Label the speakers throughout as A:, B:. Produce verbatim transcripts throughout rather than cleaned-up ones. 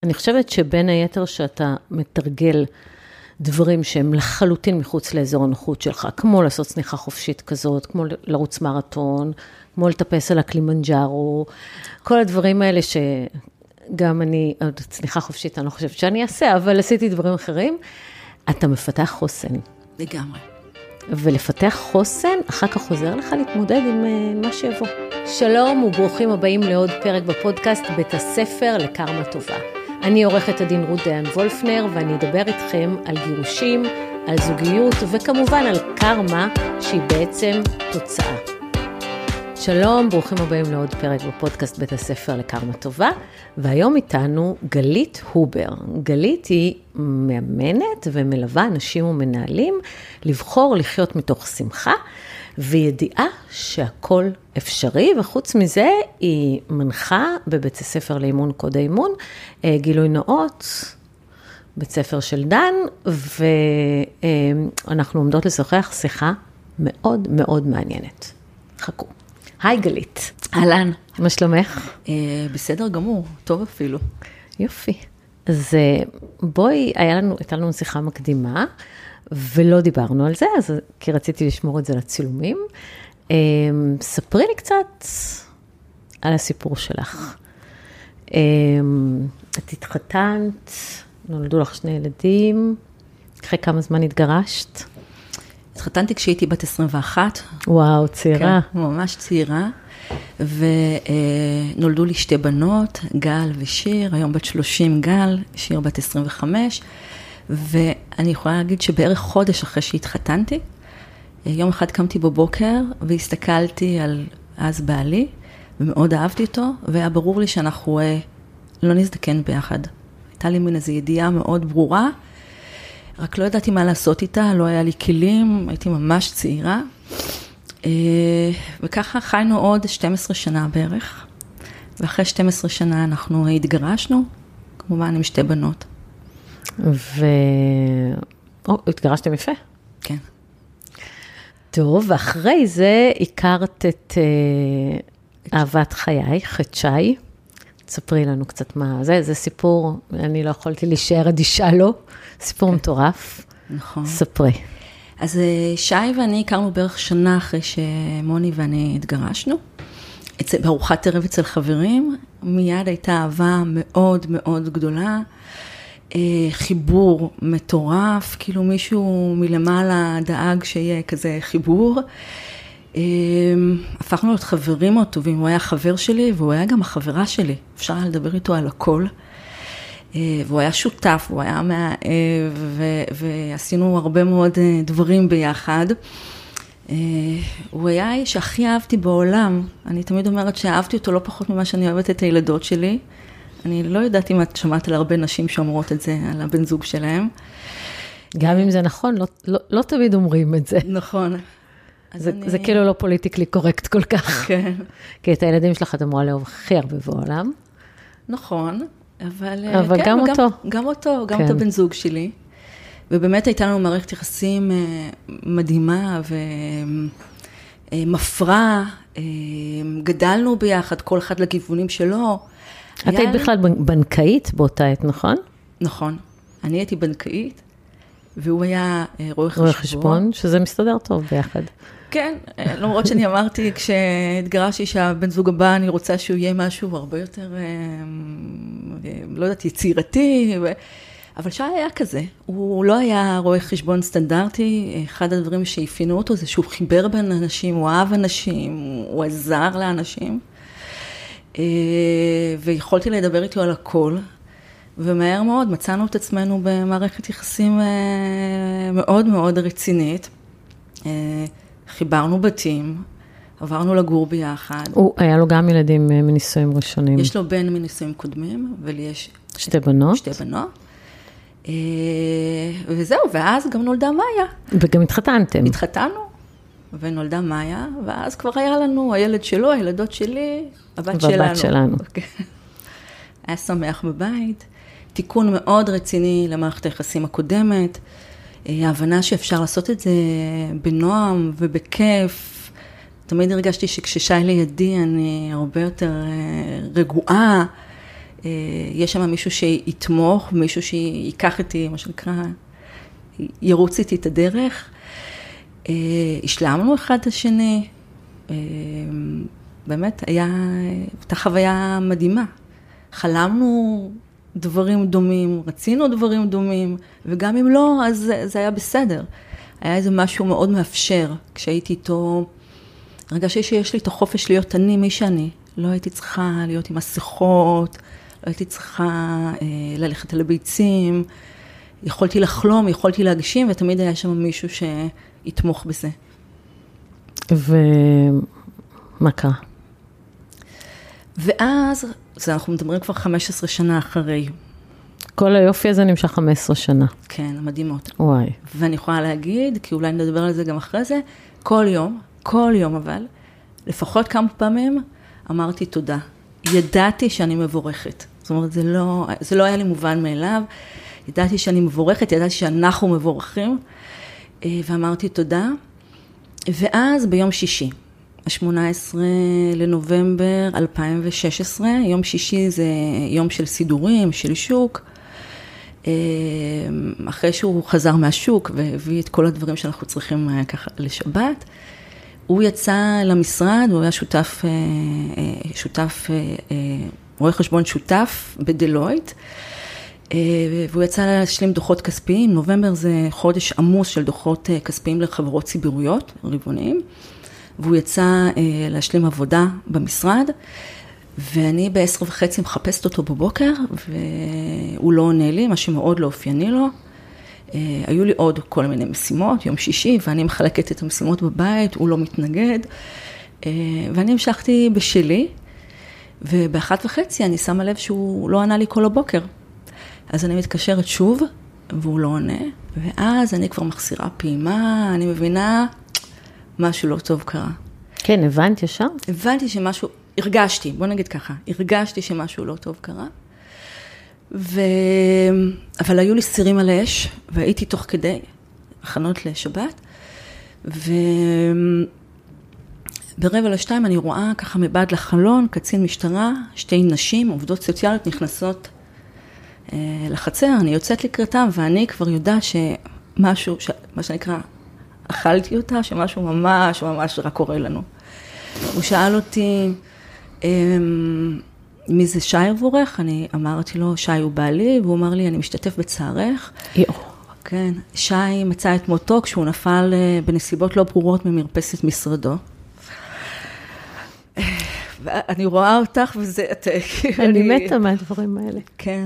A: אני חושבת שבין היתר שאתה מתרגל דברים שהם לחלוטין מחוץ לאזור הנוחות שלך, כמו לעשות צניחה חופשית כזאת, כמו לרוץ מרתון, כמו לטפס על הקלימנג'ארו, כל הדברים האלה שגם אני, צניחה חופשית אני לא חושבת שאני אעשה, אבל עשיתי דברים אחרים, אתה מפתח חוסן.
B: לגמרי.
A: ולפתח חוסן, אחר כך עוזר לך להתמודד עם מה שיבוא. שלום וברוכים הבאים לעוד פרק בפודקאסט בית הספר לקרמה טובה. אני עורכת הדין רות דיין וולפנר, ואני אדבר איתכם על גירושים, על זוגיות, וכמובן על קרמה, שהיא בעצם תוצאה. שלום, ברוכים הבאים לעוד פרק בפודקאסט בית הספר לקרמה טובה, והיום איתנו גלית הובר. גלית היא מאמנת ומלווה אנשים ומנהלים לבחור לחיות מתוך שמחה, וידיעה שהכל אפשרי, וחוץ מזה היא מנחה בבית הספר לאימון קוד האימון, גילוי נאות, בית ספר של דן, ואנחנו עומדות לשוחח שיחה מאוד מאוד מעניינת. חכו. היי גלית.
B: אהלן.
A: מה שלומך?
B: אה, בסדר גמור, טוב אפילו.
A: יופי. אז בואי, היה לנו, הייתה לנו שיחה מקדימה, ולא דיברנו על זה, אז כי רציתי לשמור את זה לצילומים. ספרי לי קצת על הסיפור שלך. את התחתנת, נולדו לך שני ילדים, אחרי כמה זמן התגרשת?
B: התחתנתי כשהייתי בת עשרים ואחת.
A: וואו, צעירה.
B: כן, ממש צעירה. ונולדו לי שתי בנות, גל ושיר, היום בת שלושים גל, שיר בת עשרים וחמש. ואני יכולה להגיד שבערך חודש אחרי שהתחתנתי, יום אחד קמתי בבוקר והסתכלתי על אז בעלי, ומאוד אהבתי אותו, והיה ברור לי שאנחנו לא נזדקן ביחד. הייתה לי מן איזו ידיעה מאוד ברורה, רק לא ידעתי מה לעשות איתה, לא היה לי כלים, הייתי ממש צעירה, וככה חיינו עוד שתים עשרה שנה בערך, ואחרי שתים עשרה שנה אנחנו התגרשנו, כמובן עם שתי בנות.
A: ו... או, התגרשתם יפה.
B: כן.
A: טוב, ואחרי זה הכרת את uh, אהבת חייך, את שי. תספרי לנו קצת מה זה, זה סיפור, אני לא יכולתי להישאר אדישה לו, סיפור כן. מטורף.
B: נכון.
A: ספרי.
B: אז שי ואני הכרנו בערך שנה אחרי שמוני ואני התגרשנו, אצל, בארוחת ערב אצל חברים, מיד הייתה אהבה מאוד מאוד גדולה, חיבור מטורף, כאילו מישהו מלמעלה דאג שיהיה כזה חיבור. הפכנו להיות חברים מאוד טובים, הוא היה חבר שלי והוא היה גם החברה שלי, אפשר היה לדבר איתו על הכל. והוא היה שותף, הוא היה מאהב, ועשינו הרבה מאוד דברים ביחד. הוא היה האיש שהכי אהבתי בעולם, אני תמיד אומרת שאהבתי אותו לא פחות ממה שאני אוהבת את הילדות שלי. אני לא יודעת אם את שמעת על הרבה נשים שאומרות את זה, על הבן זוג שלהם.
A: גם אם זה נכון, לא, לא, לא תמיד אומרים את זה.
B: נכון.
A: זה,
B: אני...
A: זה כאילו לא פוליטיקלי קורקט כל כך.
B: כן.
A: כי את הילדים שלך את אמורה לאהוב הכי הרבה בעולם.
B: נכון, אבל...
A: אבל
B: כן,
A: גם
B: וגם,
A: אותו.
B: גם אותו, גם
A: כן.
B: את הבן זוג שלי. ובאמת הייתה לנו מערכת יחסים מדהימה ומפרה. גדלנו ביחד, כל אחד לכיוונים שלו.
A: את היית בכלל בנקאית באותה עת, נכון?
B: נכון. אני הייתי בנקאית, והוא היה רואה חשבון.
A: רואה חשבון, שזה מסתדר טוב ביחד.
B: כן, למרות שאני אמרתי, כשהתגרשתי שהבן זוג הבא, אני רוצה שהוא יהיה משהו הרבה יותר, לא יודעת, יצירתי, אבל שי היה כזה. הוא לא היה רואה חשבון סטנדרטי, אחד הדברים שהפינו אותו זה שהוא חיבר בין אנשים, הוא אהב אנשים, הוא עזר לאנשים. ויכולתי לדבר איתו על הכל, ומהר מאוד מצאנו את עצמנו במערכת יחסים מאוד מאוד רצינית. חיברנו בתים, עברנו לגור ביחד.
A: הוא היה לו גם ילדים מנישואים ראשונים.
B: יש לו בן מנישואים קודמים, ולי יש
A: שתי בנות.
B: שתי בנות. וזהו, ואז גם נולדה מאיה.
A: וגם התחתנתם.
B: התחתנו. ונולדה מאיה, ואז כבר היה לנו הילד שלו, הילדות שלי, הבת שלנו.
A: והבת שלנו.
B: היה שמח בבית, תיקון מאוד רציני למערכת היחסים הקודמת, ההבנה שאפשר לעשות את זה בנועם ובכיף. תמיד הרגשתי שכששי לידי אני הרבה יותר רגועה, יש שם מישהו שיתמוך, מישהו שיקח איתי, מה שנקרא, ירוץ איתי את הדרך. השלמנו אחד את השני. באמת, היה, הייתה חוויה מדהימה. חלמנו דברים דומים, רצינו דברים דומים, וגם אם לא, אז זה, זה היה בסדר. היה איזה משהו מאוד מאפשר. כשהייתי איתו, הרגשתי שיש לי את החופש להיות אני מי שאני. לא הייתי צריכה להיות עם מסכות, לא הייתי צריכה אה, ללכת על הביצים. יכולתי לחלום, יכולתי להגשים, ותמיד היה שם מישהו שיתמוך בזה.
A: ומה קרה?
B: ואז, זה אנחנו מדברים כבר חמש עשרה שנה אחרי.
A: כל היופי הזה נמשך חמש עשרה שנה.
B: כן, מדהימות.
A: וואי.
B: ואני יכולה להגיד, כי אולי נדבר על זה גם אחרי זה, כל יום, כל יום אבל, לפחות כמה פעמים, אמרתי תודה. ידעתי שאני מבורכת. זאת אומרת, זה לא, זה לא היה לי מובן מאליו. ידעתי שאני מבורכת, ידעתי שאנחנו מבורכים, ואמרתי תודה. ואז ביום שישי, ה-שמונה עשרה לנובמבר אלפיים ושש עשרה, יום שישי זה יום של סידורים, של שוק, אחרי שהוא חזר מהשוק והביא את כל הדברים שאנחנו צריכים ככה לשבת, הוא יצא למשרד, הוא היה שותף, שותף, רואה חשבון שותף בדלויט, והוא יצא להשלים דוחות כספיים. נובמבר זה חודש עמוס של דוחות כספיים לחברות ציבוריות, רבעוניים, והוא יצא להשלים עבודה במשרד, ואני בעשר וחצי מחפשת אותו בבוקר, והוא לא עונה לי, מה שמאוד לא אופייני לו. היו לי עוד כל מיני משימות, יום שישי, ואני מחלקת את המשימות בבית, הוא לא מתנגד, ואני המשכתי בשלי, ובאחת וחצי אני שמה לב שהוא לא ענה לי כל הבוקר. אז אני מתקשרת שוב, והוא לא עונה, ואז אני כבר מחסירה פעימה, אני מבינה, משהו לא טוב קרה.
A: כן, הבנת ישר?
B: הבנתי שמשהו, הרגשתי, בוא נגיד ככה, הרגשתי שמשהו לא טוב קרה, ו... אבל היו לי סירים על האש, והייתי תוך כדי הכנות לשבת, וברבע לשתיים אני רואה ככה מבעד לחלון, קצין משטרה, שתי נשים, עובדות סוציאליות נכנסות לחצר, אני יוצאת לקראתם, ואני כבר יודעת שמשהו, מה שנקרא, אכלתי אותה, שמשהו ממש ממש רק קורה לנו. הוא שאל אותי, מי זה שי עבורך? אני אמרתי לו, שי הוא בעלי, והוא אמר לי, אני משתתף בצערך.
A: יו. כן,
B: שי מצא את מותו כשהוא נפל בנסיבות לא ברורות ממרפסת משרדו. אני רואה אותך וזה...
A: אני מתה מהדברים האלה.
B: כן.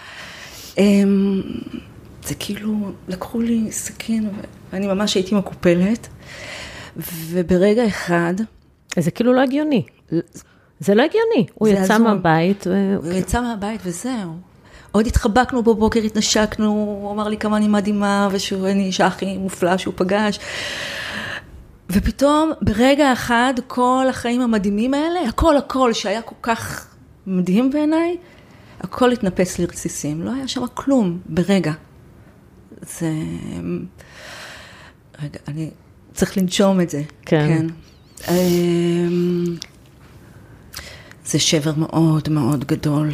B: זה כאילו, לקחו לי סכין, ואני ממש הייתי מקופלת, וברגע אחד...
A: זה כאילו לא הגיוני. זה לא הגיוני. הוא יצא מהבית.
B: הוא יצא מהבית וזהו. עוד התחבקנו בבוקר, התנשקנו, הוא אמר לי כמה אני מדהימה, ואני אישה הכי מופלאה שהוא פגש. ופתאום, ברגע אחד, כל החיים המדהימים האלה, הכל הכל שהיה כל כך מדהים בעיניי, הכל התנפץ לרסיסים. לא היה שם כלום ברגע. זה... רגע, אני צריך לנשום את זה.
A: כן.
B: כן. זה שבר מאוד מאוד גדול.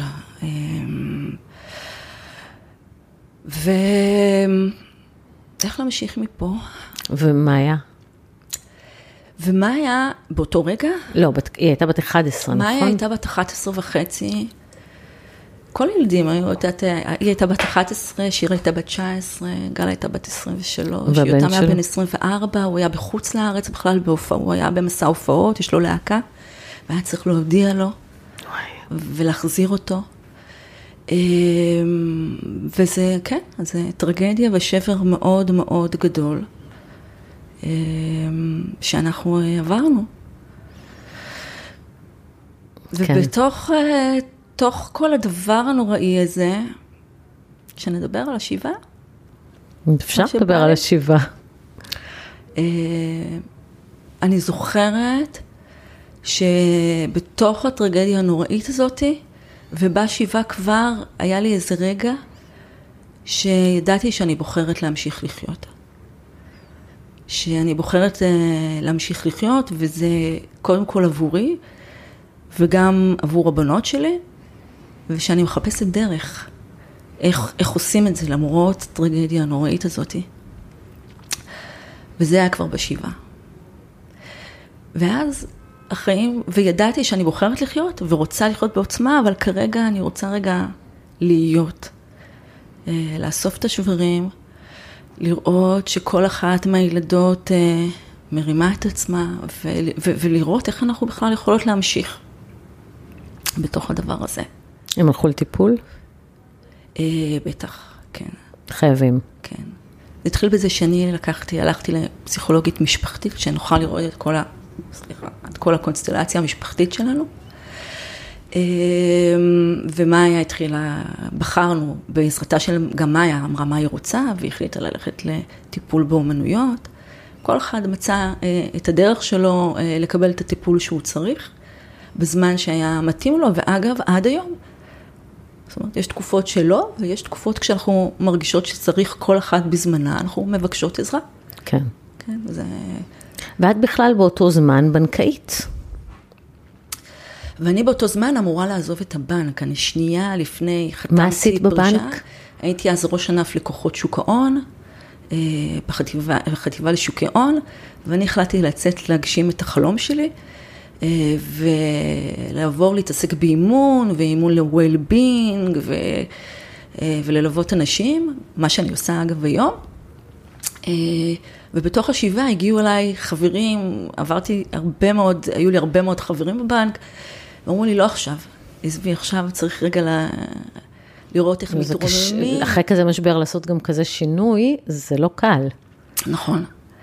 B: ואיך להמשיך מפה?
A: ומה היה?
B: ומה היה באותו רגע?
A: לא, היא הייתה בת אחת עשרה, נכון?
B: מה הייתה בת אחת עשרה וחצי? כל ילדים היו, היא הייתה בת אחת עשרה, שיר הייתה בת תשע עשרה, גל הייתה בת עשרים ושלוש, יותם היה בן עשרים וארבע, הוא היה בחוץ לארץ, בכלל בהופעה, הוא היה במסע הופעות, יש לו להקה, והיה צריך להודיע לו, ולהחזיר אותו. וזה, כן, זה טרגדיה ושבר מאוד מאוד גדול, שאנחנו עברנו. ובתוך... תוך כל הדבר הנוראי הזה, שנדבר על השיבה?
A: אפשר לדבר על השיבה.
B: אני זוכרת שבתוך הטרגדיה הנוראית הזאת, ובשיבה כבר היה לי איזה רגע, שידעתי שאני בוחרת להמשיך לחיות. שאני בוחרת להמשיך לחיות, וזה קודם כל עבורי, וגם עבור הבנות שלי, ושאני מחפשת דרך, איך, איך עושים את זה למרות טרגדיה הנוראית הזאת. וזה היה כבר בשבעה. ואז החיים, וידעתי שאני בוחרת לחיות, ורוצה לחיות בעוצמה, אבל כרגע אני רוצה רגע להיות, לאסוף את השברים, לראות שכל אחת מהילדות מרימה את עצמה, ו- ו- ולראות איך אנחנו בכלל יכולות להמשיך בתוך הדבר הזה.
A: הם הלכו לטיפול?
B: אה, בטח, כן.
A: חייבים.
B: כן. זה התחיל בזה שאני לקחתי, הלכתי לפסיכולוגית משפחתית, שנוכל לראות את כל, ה, סליחה, את כל הקונסטלציה המשפחתית שלנו. ומאיה התחילה, בחרנו בעזרתה של, גם מאיה אמרה מה היא רוצה, והיא החליטה ללכת לטיפול באומנויות. כל אחד מצא את הדרך שלו לקבל את הטיפול שהוא צריך, בזמן שהיה מתאים לו, ואגב, עד היום. זאת אומרת, יש תקופות שלא, ויש תקופות כשאנחנו מרגישות שצריך כל אחד בזמנה, אנחנו מבקשות עזרה.
A: כן.
B: כן, זה...
A: ואת בכלל באותו זמן בנקאית.
B: ואני באותו זמן אמורה לעזוב את הבנק. אני שנייה לפני חתמתי
A: מה עשית בבנק?
B: הייתי אז ראש ענף לקוחות שוק ההון, בחטיבה, בחטיבה לשוקי הון, ואני החלטתי לצאת להגשים את החלום שלי, ולעבור להתעסק באימון, ואימון ל-well-being, ו... וללוות אנשים, מה שאני עושה אגב היום. ובתוך השבעה הגיעו אליי חברים, עברתי הרבה מאוד, היו לי הרבה מאוד חברים בבנק, ואמרו לי, לא עכשיו, עזבי עכשיו, צריך רגע ל... לראות איך מתרוממים.
A: אחרי כזה משבר לעשות גם כזה שינוי, זה לא קל.
B: נכון.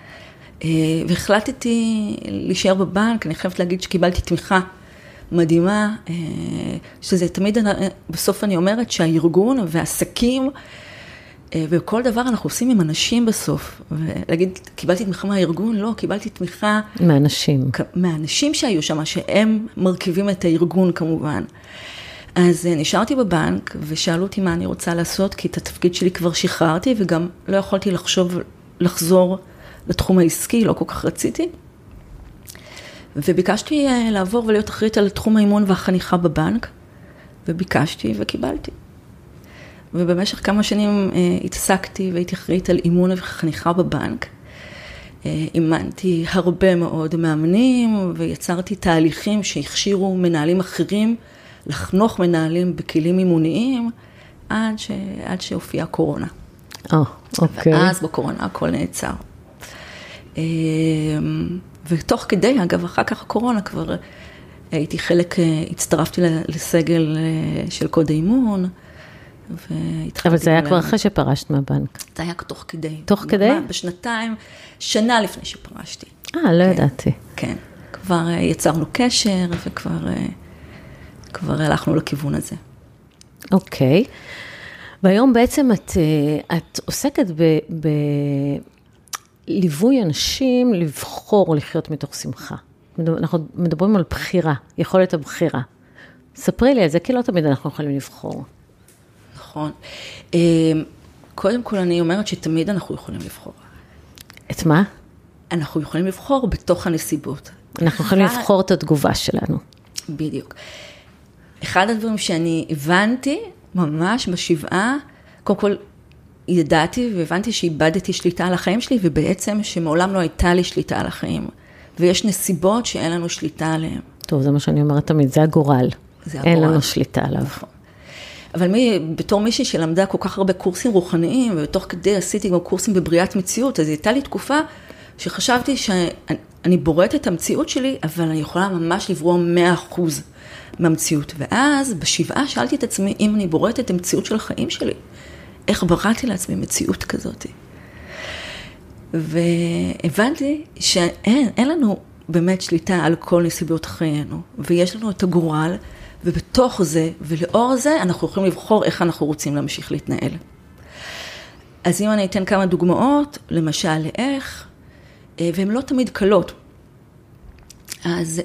B: והחלטתי להישאר בבנק, אני חייבת להגיד שקיבלתי תמיכה מדהימה, שזה תמיד, בסוף אני אומרת שהארגון והעסקים, וכל דבר אנחנו עושים עם אנשים בסוף. ולהגיד, קיבלתי תמיכה מהארגון? לא, קיבלתי תמיכה...
A: מאנשים.
B: מהאנשים שהיו שם, שהם מרכיבים את הארגון כמובן. אז נשארתי בבנק, ושאלו אותי מה אני רוצה לעשות, כי את התפקיד שלי כבר שחררתי, וגם לא יכולתי לחשוב, לחזור לתחום העסקי, לא כל כך רציתי. וביקשתי לעבור ולהיות אחראית על תחום האימון והחניכה בבנק, וביקשתי וקיבלתי. ובמשך כמה שנים התעסקתי והייתי אחראית על אימון וחניכה בבנק. אימנתי הרבה מאוד מאמנים, ויצרתי תהליכים שהכשירו מנהלים אחרים, לחנוך מנהלים בכלים אימוניים, עד, ש... עד שהופיעה קורונה.
A: אה, אוקיי.
B: ואז בקורונה הכל נעצר. ותוך כדי, אגב, אחר כך הקורונה כבר הייתי חלק, הצטרפתי לסגל של קוד האימון,
A: אבל זה היה כבר אחרי שפרשת מהבנק.
B: זה היה תוך כדי.
A: תוך כדי?
B: בשנתיים, שנה לפני שפרשתי.
A: אה, לא ידעתי.
B: כן, כבר יצרנו קשר וכבר... כבר הלכנו לכיוון הזה.
A: אוקיי. והיום בעצם את, את עוסקת ב, בליווי אנשים לבחור לחיות מתוך שמחה. אנחנו מדברים על בחירה, יכולת הבחירה. ספרי לי על זה, כי לא תמיד אנחנו יכולים לבחור.
B: נכון. קודם כל אני אומרת שתמיד אנחנו יכולים לבחור.
A: את מה?
B: אנחנו יכולים לבחור בתוך הנסיבות.
A: אנחנו יכולים לבחור את התגובה שלנו.
B: בדיוק. אחד הדברים שאני הבנתי ממש בשבעה, קודם כל ידעתי והבנתי שאיבדתי שליטה על החיים שלי, ובעצם שמעולם לא הייתה לי שליטה על החיים. ויש נסיבות שאין לנו שליטה עליהן.
A: טוב, זה מה שאני אומרת תמיד, זה הגורל.
B: זה הגורל.
A: אין לנו שליטה עליו.
B: נכון. אבל מי, בתור מישהי שלמדה כל כך הרבה קורסים רוחניים, ובתוך כדי עשיתי גם קורסים בבריאת מציאות, אז הייתה לי תקופה שחשבתי שאני בוראת את המציאות שלי, אבל אני יכולה ממש לברוא מאה אחוז מהמציאות. ואז בשבעה שאלתי את עצמי, אם אני בוראת את המציאות של החיים שלי, איך בראתי לעצמי מציאות כזאת? והבנתי שאין אין לנו באמת שליטה על כל נסיבות חיינו, ויש לנו את הגורל, ובתוך זה, ולאור זה, אנחנו יכולים לבחור איך אנחנו רוצים להמשיך להתנהל. אז אם אני אתן כמה דוגמאות, למשל לאיך, והן לא תמיד קלות. אז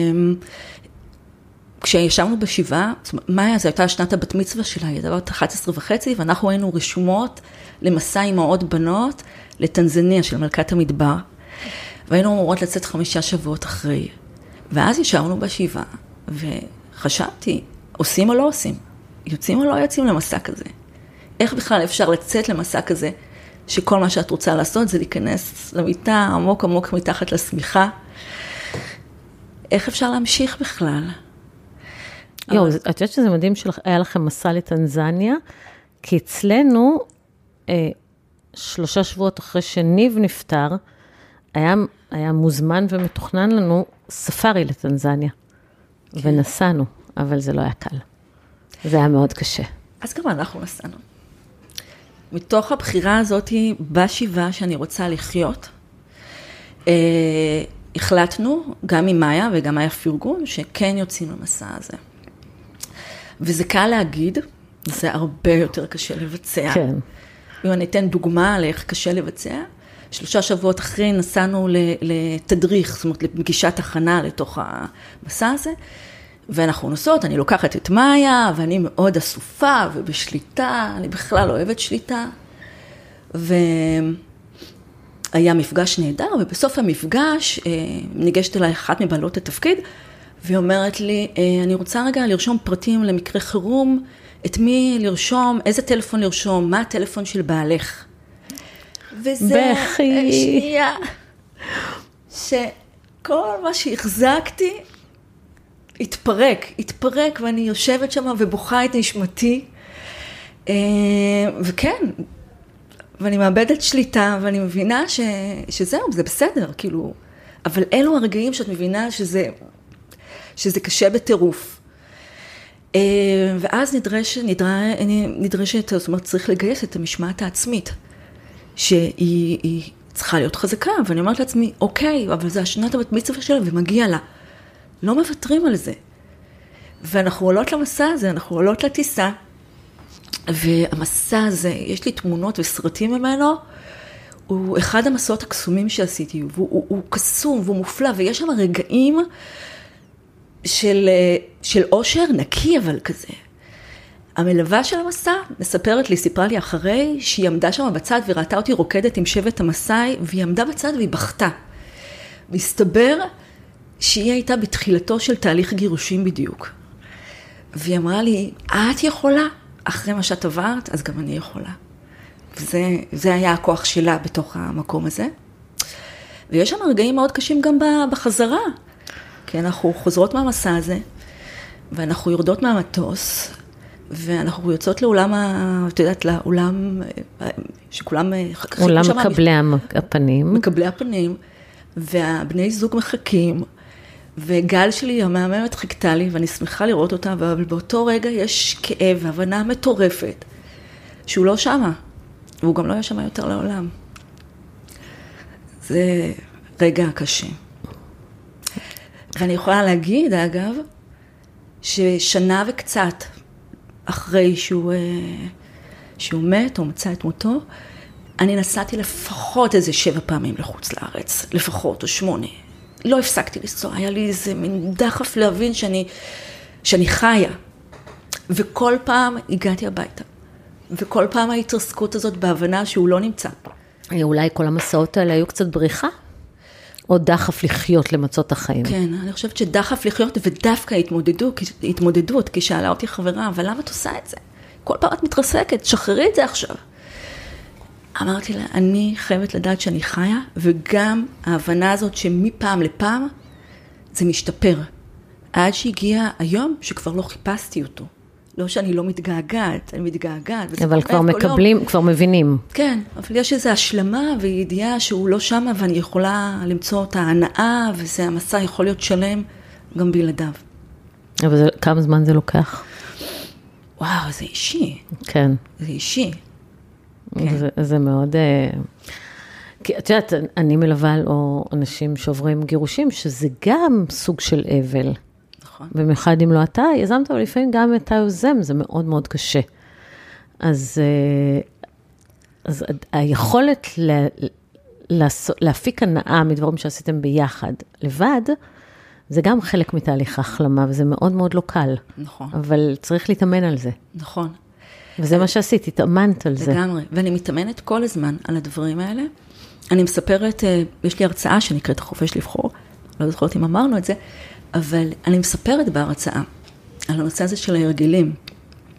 B: כשישבנו בשבעה, מאיה, זו הייתה שנת הבת מצווה שלה, היא הייתה בת אחת עשרה וחצי, ואנחנו היינו רשומות למסע אימהות בנות לטנזניה של מלכת המדבר, והיינו אמורות לצאת חמישה שבועות אחרי. ואז ישבנו בשבעה, וחשבתי, עושים או לא עושים? יוצאים או לא יוצאים למסע כזה? איך בכלל אפשר לצאת למסע כזה, שכל מה שאת רוצה לעשות זה להיכנס למיטה עמוק עמוק מתחת לשמיכה? איך אפשר להמשיך בכלל?
A: יו, אבל... את יודעת שזה מדהים שהיה לכם מסע לטנזניה, כי אצלנו, אה, שלושה שבועות אחרי שניב נפטר, היה, היה מוזמן ומתוכנן לנו ספארי לטנזניה, כן. ונסענו, אבל זה לא היה קל. זה היה מאוד קשה.
B: אז גם אנחנו נסענו. מתוך הבחירה הזאת, בשיבה שאני רוצה לחיות, אה, החלטנו, גם עם מאיה וגם מאיה פירגון, שכן יוצאים למסע הזה. וזה קל להגיד, זה הרבה יותר קשה לבצע.
A: כן.
B: אם אני אתן דוגמה על איך קשה לבצע, שלושה שבועות אחרי נסענו לתדריך, זאת אומרת, לפגישת הכנה לתוך המסע הזה, ואנחנו נוסעות, אני לוקחת את מאיה, ואני מאוד אסופה ובשליטה, אני בכלל לא אוהבת שליטה, והיה מפגש נהדר, ובסוף המפגש ניגשת אליי אחת מבעלות התפקיד, והיא אומרת לי, אני רוצה רגע לרשום פרטים למקרה חירום, את מי לרשום, איזה טלפון לרשום, מה הטלפון של בעלך. וזה
A: בכי.
B: שנייה, שכל מה שהחזקתי, התפרק, התפרק, ואני יושבת שם ובוכה את נשמתי, וכן, ואני מאבדת שליטה, ואני מבינה ש, שזהו, זה בסדר, כאילו, אבל אלו הרגעים שאת מבינה שזה, שזה קשה בטירוף. ואז נדרש, נדרש, נדרשת, זאת אומרת, צריך לגייס את המשמעת העצמית, שהיא היא צריכה להיות חזקה, ואני אומרת לעצמי, אוקיי, אבל זה השנת הבת מצווה שלה, ומגיע לה. לא מוותרים על זה. ואנחנו עולות למסע הזה, אנחנו עולות לטיסה, והמסע הזה, יש לי תמונות וסרטים ממנו, הוא אחד המסעות הקסומים שעשיתי, והוא הוא, הוא קסום והוא מופלא, ויש שם רגעים של, של אושר נקי אבל כזה. המלווה של המסע מספרת לי, סיפרה לי אחרי, שהיא עמדה שם בצד וראתה אותי רוקדת עם שבט המסעי, והיא עמדה בצד והיא בכתה. מסתבר שהיא הייתה בתחילתו של תהליך גירושים בדיוק. והיא אמרה לי, את יכולה? אחרי מה שאת עברת, אז גם אני יכולה. וזה, זה היה הכוח שלה בתוך המקום הזה. ויש שם רגעים מאוד קשים גם בחזרה. כי אנחנו חוזרות מהמסע הזה, ואנחנו יורדות מהמטוס, ואנחנו יוצאות לעולם, את יודעת, לעולם שכולם...
A: עולם מקבלי הפנים.
B: מקבלי הפנים, והבני זוג מחכים, וגל שלי המאממת חיכתה לי, ואני שמחה לראות אותה, אבל באותו רגע יש כאב, הבנה מטורפת, שהוא לא שמה, והוא גם לא היה שמה יותר לעולם. זה רגע קשה. ואני יכולה להגיד, אגב, ששנה וקצת אחרי שהוא, שהוא מת או מצא את מותו, אני נסעתי לפחות איזה שבע פעמים לחוץ לארץ, לפחות, או שמונה. לא הפסקתי לנסוע, היה לי איזה מין דחף להבין שאני, שאני חיה. וכל פעם הגעתי הביתה. וכל פעם ההתרסקות הזאת בהבנה שהוא לא נמצא.
A: אולי כל המסעות האלה היו קצת בריחה? או דחף לחיות למצות החיים?
B: כן, אני חושבת שדחף לחיות ודווקא התמודדות, התמודדות, כי שאלה אותי חברה, אבל למה את עושה את זה? כל פעם את מתרסקת, שחררי את זה עכשיו. אמרתי לה, אני חייבת לדעת שאני חיה, וגם ההבנה הזאת שמפעם לפעם זה משתפר. עד שהגיע היום שכבר לא חיפשתי אותו. לא שאני לא מתגעגעת, אני מתגעגעת.
A: אבל כבר מקבלים, כבר מבינים.
B: כן, אבל יש איזו השלמה וידיעה שהוא לא שמה, ואני יכולה למצוא את ההנאה, וזה המסע יכול להיות שלם גם בלעדיו.
A: אבל זה, כמה זמן זה לוקח?
B: וואו, זה אישי.
A: כן.
B: זה אישי.
A: כן. זה, זה מאוד... כי את יודעת, אני מלווה או אנשים שעוברים גירושים, שזה גם סוג של אבל.
B: נכון.
A: במיוחד אם לא אתה, יזמת, אבל לפעמים גם אתה יוזם, זה מאוד מאוד קשה. אז, אז היכולת לה, להפיק הנאה מדברים שעשיתם ביחד, לבד, זה גם חלק מתהליך ההחלמה, וזה מאוד מאוד לא קל.
B: נכון.
A: אבל צריך להתאמן על זה.
B: נכון.
A: וזה מה שעשית, התאמנת על זה.
B: לגמרי, ואני מתאמנת כל הזמן על הדברים האלה. אני מספרת, יש לי הרצאה שנקראת החופש לבחור, לא זוכרת אם אמרנו את זה, אבל אני מספרת בהרצאה על הנושא הזה של ההרגלים.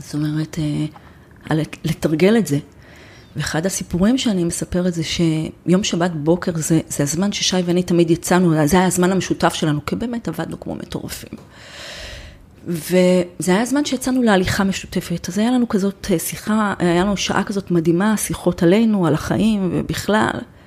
B: זאת אומרת, לתרגל את זה. ואחד הסיפורים שאני מספרת זה שיום שבת בוקר זה, זה הזמן ששי ואני תמיד יצאנו, זה היה הזמן המשותף שלנו, כי באמת עבדנו כמו מטורפים. וזה היה הזמן שיצאנו להליכה משותפת, אז היה לנו כזאת שיחה, היה לנו שעה כזאת מדהימה, שיחות עלינו, על החיים ובכלל.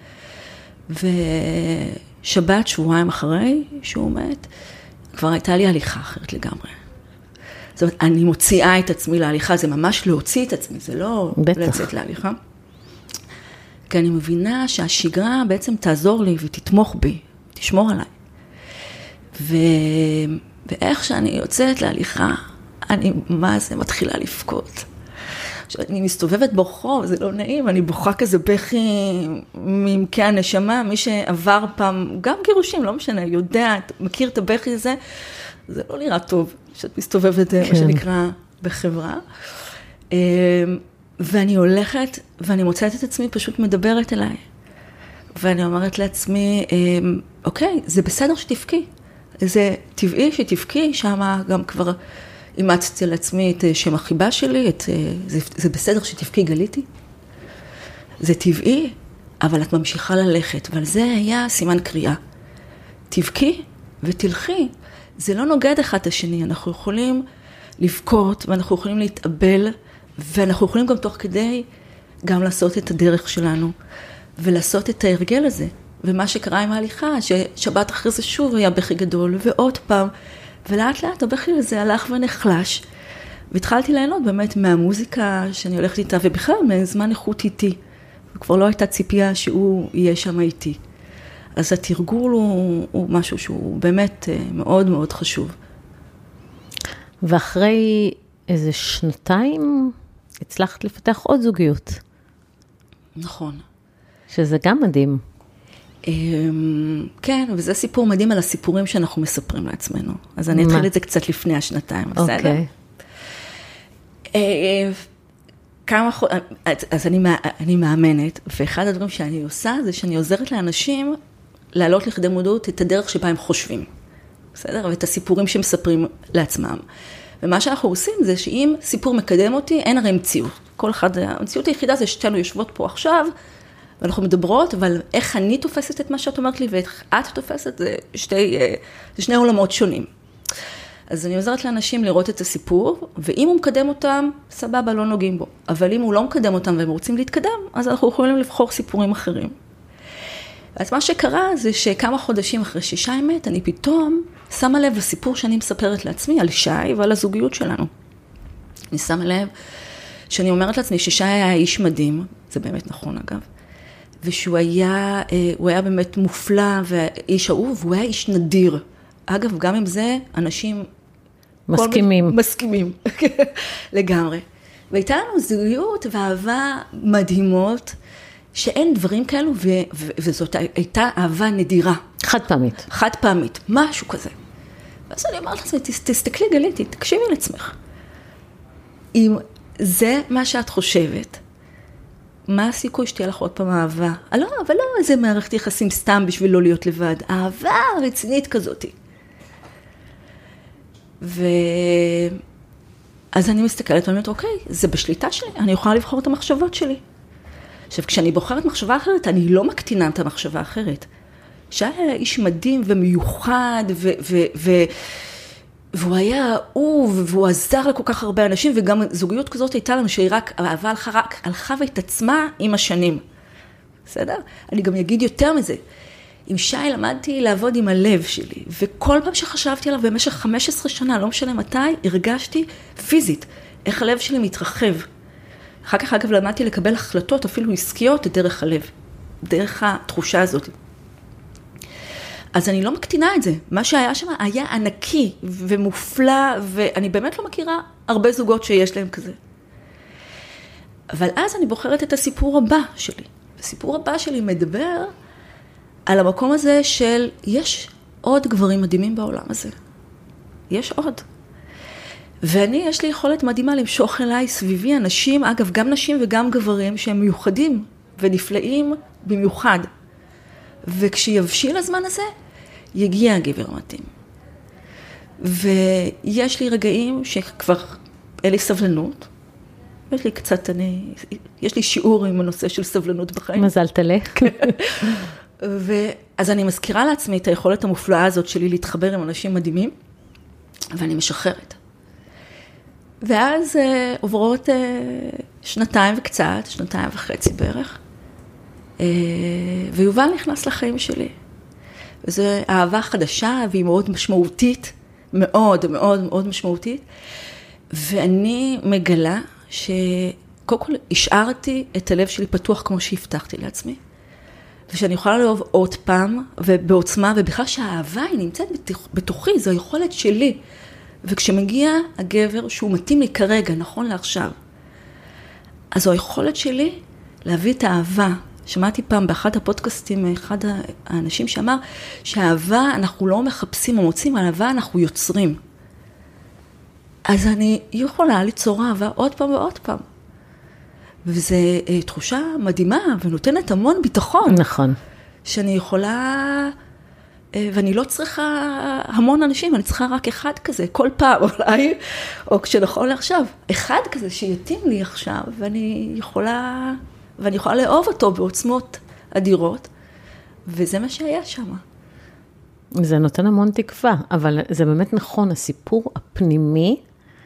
B: ושבת, שבועיים אחרי שהוא מת, כבר הייתה לי הליכה אחרת לגמרי. זאת אומרת, אני מוציאה את עצמי להליכה, זה ממש להוציא את עצמי, זה לא לצאת להליכה. כי אני מבינה שהשגרה בעצם תעזור לי ותתמוך בי, תשמור עליי. ו... ואיך שאני יוצאת להליכה, אני מה זה מתחילה לבכות. אני מסתובבת ברחוב, זה לא נעים, אני בוכה כזה בכי ממקי הנשמה, מי שעבר פעם, גם גירושים, לא משנה, יודע, מכיר את הבכי הזה, זה לא נראה טוב, שאת מסתובבת, כן. מה שנקרא, בחברה. ואני הולכת, ואני מוצאת את עצמי, פשוט מדברת אליי. ואני אומרת לעצמי, אוקיי, זה בסדר שתבכי. זה טבעי שתבכי, שם גם כבר אימצתי לעצמי את שם החיבה שלי, את, זה, זה בסדר שתבכי גליתי. זה טבעי, אבל את ממשיכה ללכת, ועל זה היה סימן קריאה. תבכי ותלכי. זה לא נוגד אחד את השני, אנחנו יכולים לבכות, ואנחנו יכולים להתאבל, ואנחנו יכולים גם תוך כדי גם לעשות את הדרך שלנו, ולעשות את ההרגל הזה. ומה שקרה עם ההליכה, ששבת אחרי זה שוב היה בכי גדול, ועוד פעם, ולאט לאט הבכי הזה הלך ונחלש, והתחלתי ליהנות באמת מהמוזיקה שאני הולכת איתה, ובכלל מזמן איכות איתי, וכבר לא הייתה ציפייה שהוא יהיה שם איתי. אז התרגול הוא, הוא משהו שהוא באמת מאוד מאוד חשוב.
A: ואחרי איזה שנתיים הצלחת לפתח עוד זוגיות.
B: נכון.
A: שזה גם מדהים.
B: כן, וזה סיפור מדהים על הסיפורים שאנחנו מספרים לעצמנו. אז אני אתחיל את זה קצת לפני השנתיים, בסדר?
A: אוקיי.
B: כמה חוד... אז אני, אני מאמנת, ואחד הדברים שאני עושה זה שאני עוזרת לאנשים להעלות לכדי מודעות את הדרך שבה הם חושבים. בסדר? ואת הסיפורים שמספרים לעצמם. ומה שאנחנו עושים זה שאם סיפור מקדם אותי, אין הרי מציאות. כל אחד, המציאות היחידה זה שתינו יושבות פה עכשיו, ואנחנו מדברות, אבל איך אני תופסת את מה שאת אומרת לי, ואיך את תופסת, זה, שתי, זה שני עולמות שונים. אז אני עוזרת לאנשים לראות את הסיפור, ואם הוא מקדם אותם, סבבה, לא נוגעים בו. אבל אם הוא לא מקדם אותם והם רוצים להתקדם, אז אנחנו יכולים לבחור סיפורים אחרים. אז מה שקרה זה שכמה חודשים אחרי ששי מת, אני פתאום שמה לב לסיפור שאני מספרת לעצמי, על שי ועל הזוגיות שלנו. אני שמה לב שאני אומרת לעצמי ששי היה איש מדהים, זה באמת נכון אגב, ושהוא היה, הוא היה באמת מופלא ואיש אהוב, והוא היה איש נדיר. אגב, גם עם זה אנשים...
A: מסכימים.
B: כל... מסכימים, לגמרי. והייתה לנו זוגיות ואהבה מדהימות, שאין דברים כאלו, ו... ו... וזאת הייתה אהבה נדירה.
A: חד פעמית.
B: חד פעמית, משהו כזה. ואז אני אומרת לעצמי, תסתכלי גליתי, תקשיבי לעצמך. אם זה מה שאת חושבת, מה הסיכוי שתהיה לך עוד פעם אהבה? לא, אבל לא איזה מערכת יחסים סתם בשביל לא להיות לבד. אהבה רצינית כזאת. ו... אז אני מסתכלת ואני אומרת, אוקיי, זה בשליטה שלי, אני יכולה לבחור את המחשבות שלי. עכשיו, כשאני בוחרת מחשבה אחרת, אני לא מקטינה את המחשבה האחרת. שהיה איש מדהים ומיוחד, ו... ו... ו... והוא היה אהוב, והוא עזר לכל כך הרבה אנשים, וגם זוגיות כזאת הייתה לנו, שהיא רק, האהבה הלכה רק, הלכה והתעצמה עם השנים. בסדר? אני גם אגיד יותר מזה. עם שי למדתי לעבוד עם הלב שלי, וכל פעם שחשבתי עליו במשך חמש עשרה שנה, לא משנה מתי, הרגשתי פיזית, איך הלב שלי מתרחב. אחר כך, אגב, למדתי לקבל החלטות, אפילו עסקיות, דרך הלב, דרך התחושה הזאת. אז אני לא מקטינה את זה. מה שהיה שם היה ענקי ומופלא, ואני באמת לא מכירה הרבה זוגות שיש להם כזה. אבל אז אני בוחרת את הסיפור הבא שלי. הסיפור הבא שלי מדבר על המקום הזה של יש עוד גברים מדהימים בעולם הזה. יש עוד. ואני, יש לי יכולת מדהימה למשוך אליי סביבי אנשים, אגב, גם נשים וגם גברים שהם מיוחדים ונפלאים במיוחד. וכשיבשיל הזמן הזה, יגיע הגבר מתאים. ויש לי רגעים שכבר אין לי סבלנות. יש לי קצת, אני, יש לי שיעור עם הנושא של סבלנות בחיים.
A: מזל תלך.
B: ואז אני מזכירה לעצמי את היכולת המופלאה הזאת שלי להתחבר עם אנשים מדהימים, ואני משחררת. ואז אה, עוברות אה, שנתיים וקצת, שנתיים וחצי בערך, אה, ויובל נכנס לחיים שלי. וזו אהבה חדשה, והיא מאוד משמעותית, מאוד מאוד מאוד משמעותית, ואני מגלה שקודם כל השארתי את הלב שלי פתוח כמו שהבטחתי לעצמי, ושאני יכולה לאהוב עוד פעם, ובעוצמה, ובכלל שהאהבה היא נמצאת בתוכי, זו היכולת שלי. וכשמגיע הגבר שהוא מתאים לי כרגע, נכון לעכשיו, אז זו היכולת שלי להביא את האהבה. שמעתי פעם באחד הפודקאסטים, אחד האנשים שאמר, שהאהבה אנחנו לא מחפשים או מוצאים, על אהבה אנחנו יוצרים. אז אני יכולה ליצור אהבה עוד פעם ועוד פעם. וזו תחושה מדהימה ונותנת המון ביטחון.
A: נכון.
B: שאני יכולה, ואני לא צריכה המון אנשים, אני צריכה רק אחד כזה, כל פעם אולי, או כשנכון לעכשיו, אחד כזה שיתאים לי עכשיו, ואני יכולה, ואני יכולה לאהוב אותו בעוצמות אדירות, וזה מה שהיה שם.
A: זה נותן המון תקווה, אבל זה באמת נכון, הסיפור הפנימי,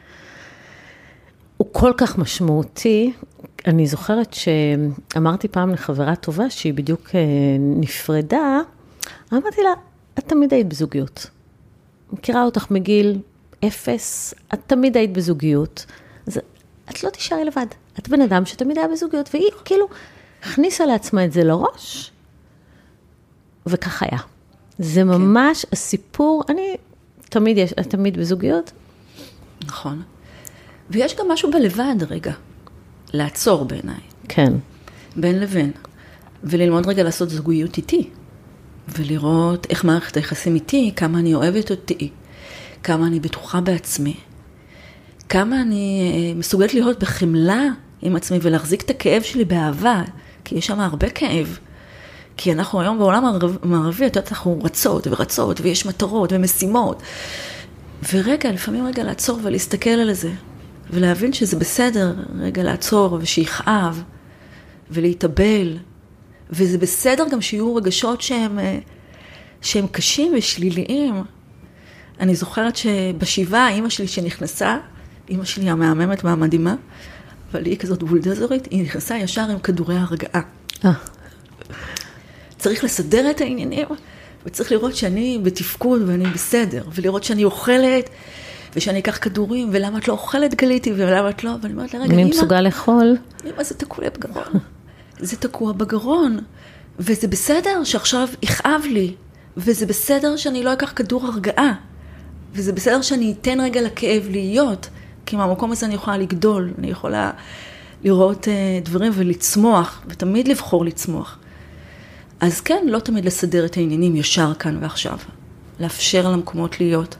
A: הוא כל כך משמעותי. אני זוכרת שאמרתי פעם לחברה טובה, שהיא בדיוק נפרדה, אמרתי לה, את תמיד היית בזוגיות. מכירה אותך מגיל אפס, את תמיד היית בזוגיות. אז את לא תישארי לבד. את בן אדם שתמיד היה בזוגיות, והיא כאילו הכניסה לעצמה את זה לראש, וכך היה. זה ממש הסיפור, אני תמיד, יש, תמיד בזוגיות.
B: נכון. ויש גם משהו בלבד רגע, לעצור בעיניי.
A: כן.
B: בין לבין. וללמוד רגע לעשות זוגיות איתי. ולראות איך מערכת היחסים איתי, כמה אני אוהבת אותי, כמה אני בטוחה בעצמי, כמה אני מסוגלת להיות בחמלה עם עצמי, ולהחזיק את הכאב שלי באהבה, כי יש שם הרבה כאב. כי אנחנו היום בעולם המערבי, את יודעת, אנחנו רצות ורצות, ויש מטרות ומשימות. ורגע, לפעמים רגע לעצור ולהסתכל על זה, ולהבין שזה בסדר, רגע לעצור ושיכאב, ולהתאבל, וזה בסדר גם שיהיו רגשות שהם, שהם קשים ושליליים. אני זוכרת שבשבעה, אמא שלי שנכנסה, אמא שלי המהממת והמדהימה, אבל היא כזאת בולדזורית, היא נכנסה ישר עם כדורי הרגעה.
A: אה.
B: צריך לסדר את העניינים, וצריך לראות שאני בתפקוד ואני בסדר, ולראות שאני אוכלת, ושאני אקח כדורים, ולמה את לא אוכלת גליתי, ולמה את לא, ואני אומרת לה, רגע,
A: אמא, מסוגל לאכול?
B: אמא, זה תקוע בגרון. זה תקוע בגרון, וזה בסדר שעכשיו יכאב לי, וזה בסדר שאני לא אקח כדור הרגעה, וזה בסדר שאני אתן רגע לכאב להיות, כי מהמקום הזה אני יכולה לגדול, אני יכולה לראות uh, דברים ולצמוח, ותמיד לבחור לצמוח. אז כן, לא תמיד לסדר את העניינים ישר כאן ועכשיו, לאפשר למקומות להיות.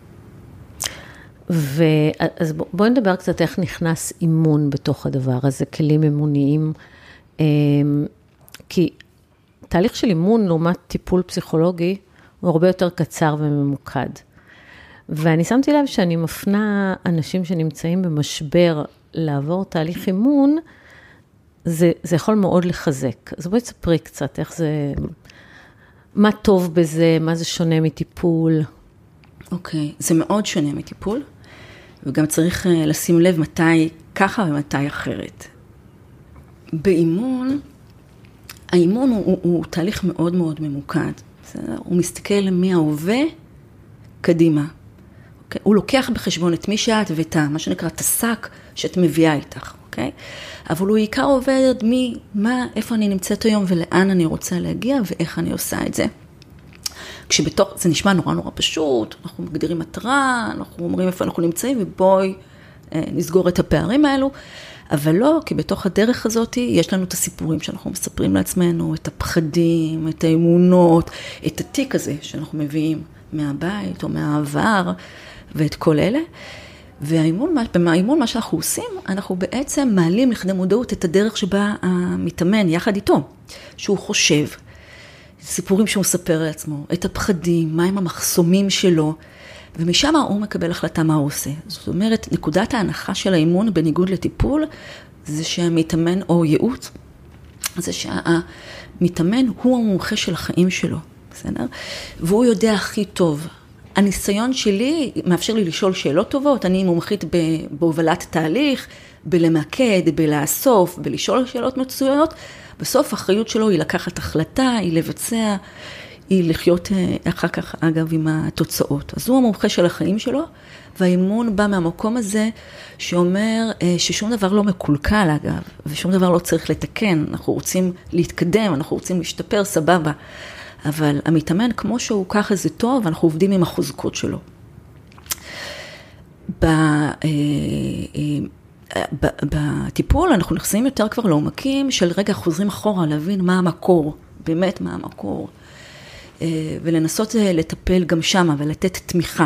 A: ואז בואי נדבר קצת איך נכנס אימון בתוך הדבר הזה, כלים אימוניים, כי תהליך של אימון לעומת טיפול פסיכולוגי הוא הרבה יותר קצר וממוקד. ואני שמתי לב שאני מפנה אנשים שנמצאים במשבר לעבור תהליך אימון, זה, זה יכול מאוד לחזק. אז בואי תספרי קצת איך זה, מה טוב בזה, מה זה שונה מטיפול.
B: אוקיי, זה מאוד שונה מטיפול, וגם צריך לשים לב מתי ככה ומתי אחרת. באימון, האימון הוא, הוא, הוא תהליך מאוד מאוד ממוקד. בסדר? הוא מסתכל מההווה קדימה. אוקיי? הוא לוקח בחשבון את מי שאת ואת מה שנקרא את השק שאת מביאה איתך. אוקיי? אבל הוא עיקר עובד מי, מה, איפה אני נמצאת היום ולאן אני רוצה להגיע ואיך אני עושה את זה. כשבתוך, זה נשמע נורא נורא פשוט, אנחנו מגדירים מטרה, אנחנו אומרים איפה אנחנו נמצאים ובואי אה, נסגור את הפערים האלו. אבל לא, כי בתוך הדרך הזאת יש לנו את הסיפורים שאנחנו מספרים לעצמנו, את הפחדים, את האמונות, את התיק הזה שאנחנו מביאים מהבית או מהעבר, ואת כל אלה. והאימון, במאימון מה שאנחנו עושים, אנחנו בעצם מעלים לכדי מודעות את הדרך שבה המתאמן יחד איתו, שהוא חושב, סיפורים שהוא מספר לעצמו, את הפחדים, מהם המחסומים שלו, ומשם הוא מקבל החלטה מה הוא עושה. זאת אומרת, נקודת ההנחה של האימון בניגוד לטיפול, זה שהמתאמן או ייעוץ, זה שהמתאמן הוא המומחה של החיים שלו, בסדר? והוא יודע הכי טוב. הניסיון שלי מאפשר לי לשאול שאלות טובות, אני מומחית בהובלת תהליך, בלמקד, בלאסוף, בלשאול שאלות מצוינות, בסוף האחריות שלו היא לקחת החלטה, היא לבצע, היא לחיות אחר כך, אגב, עם התוצאות. אז הוא המומחה של החיים שלו, והאימון בא מהמקום הזה שאומר ששום דבר לא מקולקל, אגב, ושום דבר לא צריך לתקן. אנחנו רוצים להתקדם, אנחנו רוצים להשתפר, סבבה. אבל המתאמן, כמו שהוא ככה זה טוב, אנחנו עובדים עם החוזקות שלו. בטיפול אנחנו נכנסים יותר כבר לעומקים של רגע חוזרים אחורה, להבין מה המקור, באמת מה המקור. ולנסות לטפל גם שמה ולתת תמיכה.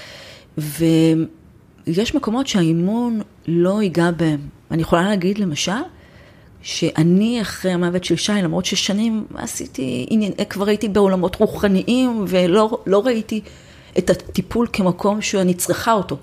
B: ויש מקומות שהאימון לא ייגע בהם. אני יכולה להגיד למשל, שאני אחרי המוות של שי, למרות ששנים עשיתי, כבר הייתי בעולמות רוחניים, ולא לא ראיתי את הטיפול כמקום שאני צריכה אותו.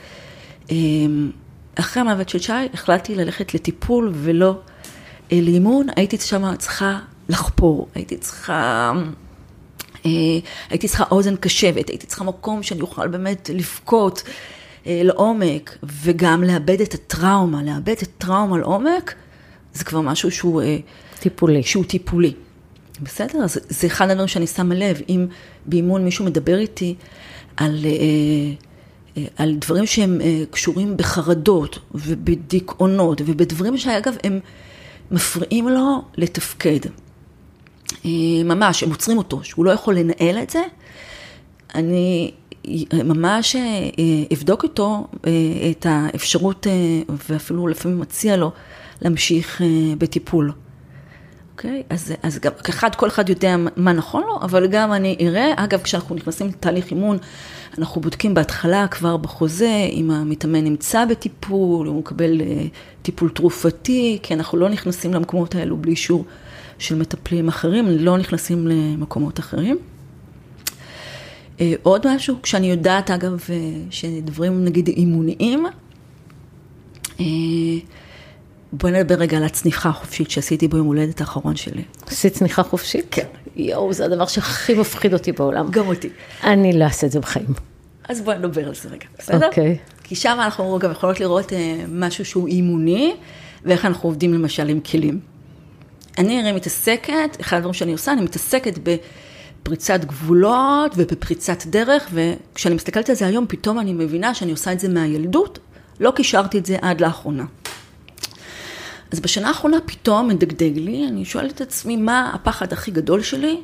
B: אחרי המוות של שי, החלטתי ללכת לטיפול ולא לאימון, הייתי שם צריכה לחפור, הייתי צריכה... הייתי צריכה אוזן קשבת, הייתי צריכה מקום שאני אוכל באמת לפקות לעומק, וגם לאבד את הטראומה, לאבד את הטראומה לעומק, זה כבר משהו שהוא
A: טיפולי.
B: שהוא טיפולי. בסדר? אז זה אחד הדברים שאני שמה לב, אם באימון מישהו מדבר איתי על, על דברים שהם קשורים בחרדות ובדיכאונות, ובדברים שאגב הם מפריעים לו לתפקד. ממש, הם עוצרים אותו, שהוא לא יכול לנהל את זה, אני ממש אבדוק איתו את האפשרות, ואפילו לפעמים מציע לו, להמשיך בטיפול. אוקיי? אז, אז גם, כאחד, כל אחד יודע מה נכון לו, אבל גם אני אראה, אגב, כשאנחנו נכנסים לתהליך אימון, אנחנו בודקים בהתחלה כבר בחוזה, אם המתאמן נמצא בטיפול, אם הוא מקבל טיפול תרופתי, כי אנחנו לא נכנסים למקומות האלו בלי אישור של מטפלים אחרים, לא נכנסים למקומות אחרים. עוד משהו, כשאני יודעת, אגב, שדברים נגיד אימוניים, בואי נדבר רגע על הצניחה החופשית שעשיתי ביום הולדת האחרון שלי.
A: עשית צניחה חופשית?
B: כן.
A: יואו, זה הדבר שהכי מפחיד אותי בעולם.
B: גם אותי.
A: אני לא אעשה את זה בחיים.
B: אז בואי נדבר על זה רגע, בסדר?
A: אוקיי.
B: כי שם אנחנו גם יכולות לראות משהו שהוא אימוני, ואיך אנחנו עובדים למשל עם כלים. אני הרי מתעסקת, אחד הדברים שאני עושה, אני מתעסקת בפריצת גבולות ובפריצת דרך, וכשאני מסתכלת על זה היום, פתאום אני מבינה שאני עושה את זה מהילדות, לא קישרתי את זה עד לאחרונה. אז בשנה האחרונה פתאום מדגדג לי, אני שואלת את עצמי מה הפחד הכי גדול שלי,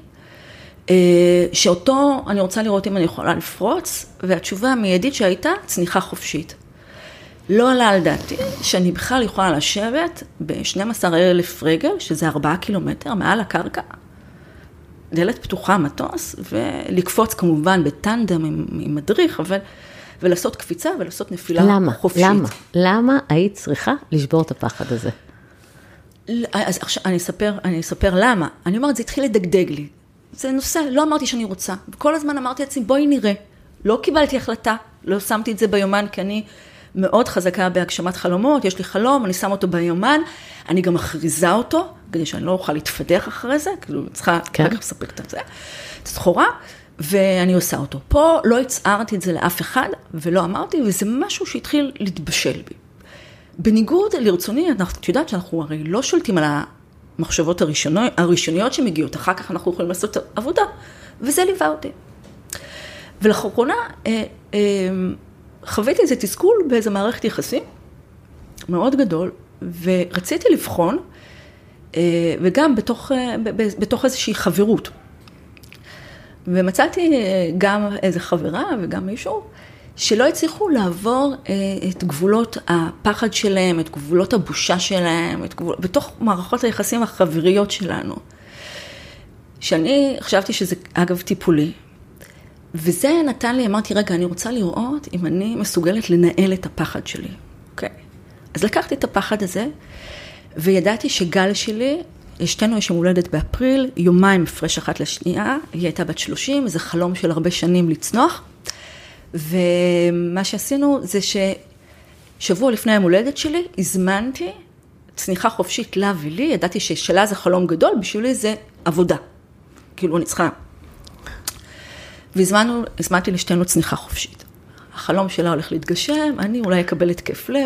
B: שאותו אני רוצה לראות אם אני יכולה לפרוץ, והתשובה המיידית שהייתה צניחה חופשית. לא עלה על דעתי שאני בכלל יכולה לשבת ב-שנים עשר אלף רגל, שזה ארבעה קילומטר מעל הקרקע, דלת פתוחה, מטוס, ולקפוץ כמובן בטנדם עם, עם מדריך, אבל, ולעשות קפיצה ולעשות נפילה
A: למה?
B: חופשית.
A: למה? למה היית צריכה לשבור את הפחד הזה?
B: אז עכשיו אני אספר, אני אספר למה. אני אומרת, זה התחיל לדגדג לי. זה נושא, לא אמרתי שאני רוצה. וכל הזמן אמרתי לעצמי, בואי נראה. לא קיבלתי החלטה, לא שמתי את זה ביומן, כי אני מאוד חזקה בהגשמת חלומות, יש לי חלום, אני שם אותו ביומן, אני גם מכריזה אותו, כדי שאני לא אוכל להתפתח אחרי זה, כאילו צריכה
A: כן.
B: רק לספק את זה, את הסחורה, ואני עושה אותו. פה לא הצערתי את זה לאף אחד, ולא אמרתי, וזה משהו שהתחיל להתבשל בי. בניגוד לרצוני, את יודעת שאנחנו הרי לא שולטים על המחשבות הראשוניות, הראשוניות שמגיעות, אחר כך אנחנו יכולים לעשות עבודה, וזה ליווה אותי. ולאחרונה, אה, אה, חוויתי איזה תסכול באיזה מערכת יחסים, מאוד גדול, ורציתי לבחון, אה, וגם בתוך, אה, בתוך איזושהי חברות. ומצאתי גם איזה חברה וגם מישהו, שלא הצליחו לעבור את גבולות הפחד שלהם, את גבולות הבושה שלהם, את גבול... בתוך מערכות היחסים החבריות שלנו. שאני חשבתי שזה אגב טיפולי, וזה נתן לי, אמרתי, רגע, אני רוצה לראות אם אני מסוגלת לנהל את הפחד שלי. אוקיי. אז לקחתי את הפחד הזה, וידעתי שגל שלי, אשתנו יש יום הולדת באפריל, יומיים הפרש אחת לשנייה, היא הייתה בת שלושים, זה חלום של הרבה שנים לצנוח, ומה שעשינו זה ששבוע לפני היום הולדת שלי, הזמנתי צניחה חופשית לה ולי, ידעתי ששלה זה חלום גדול, בשבילי זה עבודה. כאילו אני צריכה. והזמנו, הזמנתי לשתינו צניחה חופשית. החלום שלה הולך להתגשם, אני אולי אקבל התקף לב.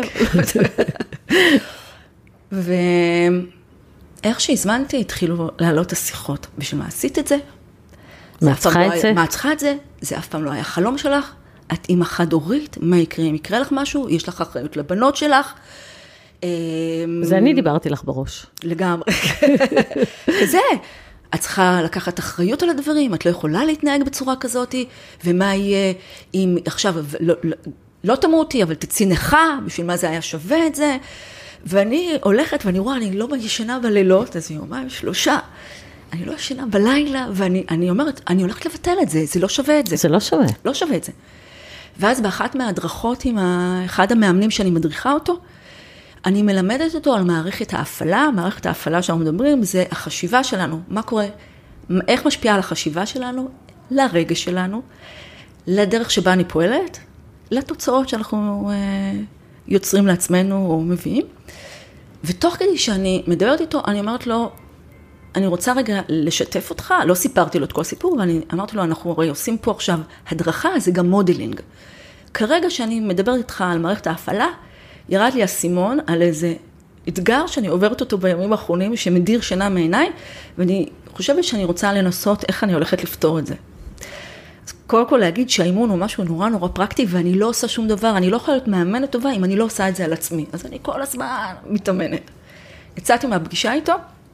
B: ואיך שהזמנתי, התחילו לעלות השיחות. בשביל מה עשית את זה?
A: מה צריכה את זה?
B: מה צריכה את זה? זה אף פעם לא היה חלום שלך. את אימא חד-הורית, מה יקרה אם יקרה לך משהו? יש לך אחריות לבנות שלך.
A: זה אני דיברתי לך בראש.
B: לגמרי. כזה. את צריכה לקחת אחריות על הדברים, את לא יכולה להתנהג בצורה כזאת, ומה יהיה אם עכשיו, לא, לא, לא תמותי, אבל תצאי נכה, בשביל מה זה היה שווה את זה, ואני הולכת ואני רואה, אני לא ישנה בלילות, אז יומיים, שלושה, אני לא ישנה בלילה, ואני אני אומרת, אני הולכת לבטל את זה, זה לא שווה את זה.
A: זה לא שווה.
B: לא שווה את זה. ואז באחת מההדרכות עם אחד המאמנים שאני מדריכה אותו, אני מלמדת אותו על מערכת ההפעלה, מערכת ההפעלה שאנחנו מדברים, זה החשיבה שלנו, מה קורה, איך משפיעה על החשיבה שלנו, לרגע שלנו, לדרך שבה אני פועלת, לתוצאות שאנחנו אה, יוצרים לעצמנו או מביאים, ותוך כדי שאני מדברת איתו, אני אומרת לו, אני רוצה רגע לשתף אותך, לא סיפרתי לו את כל הסיפור, ואני אמרתי לו, אנחנו הרי עושים פה עכשיו הדרכה, זה גם מודלינג. כרגע שאני מדברת איתך על מערכת ההפעלה, ירד לי הסימון על איזה אתגר שאני עוברת אותו בימים האחרונים, שמדיר שינה מעיניי, ואני חושבת שאני רוצה לנסות איך אני הולכת לפתור את זה. אז קודם כל להגיד שהאימון הוא משהו נורא נורא פרקטי, ואני לא עושה שום דבר, אני לא יכולה להיות מאמנת טובה אם אני לא עושה את זה על עצמי. אז אני כל הזמן מתאמנת. יצאתי מהפגישה איתו,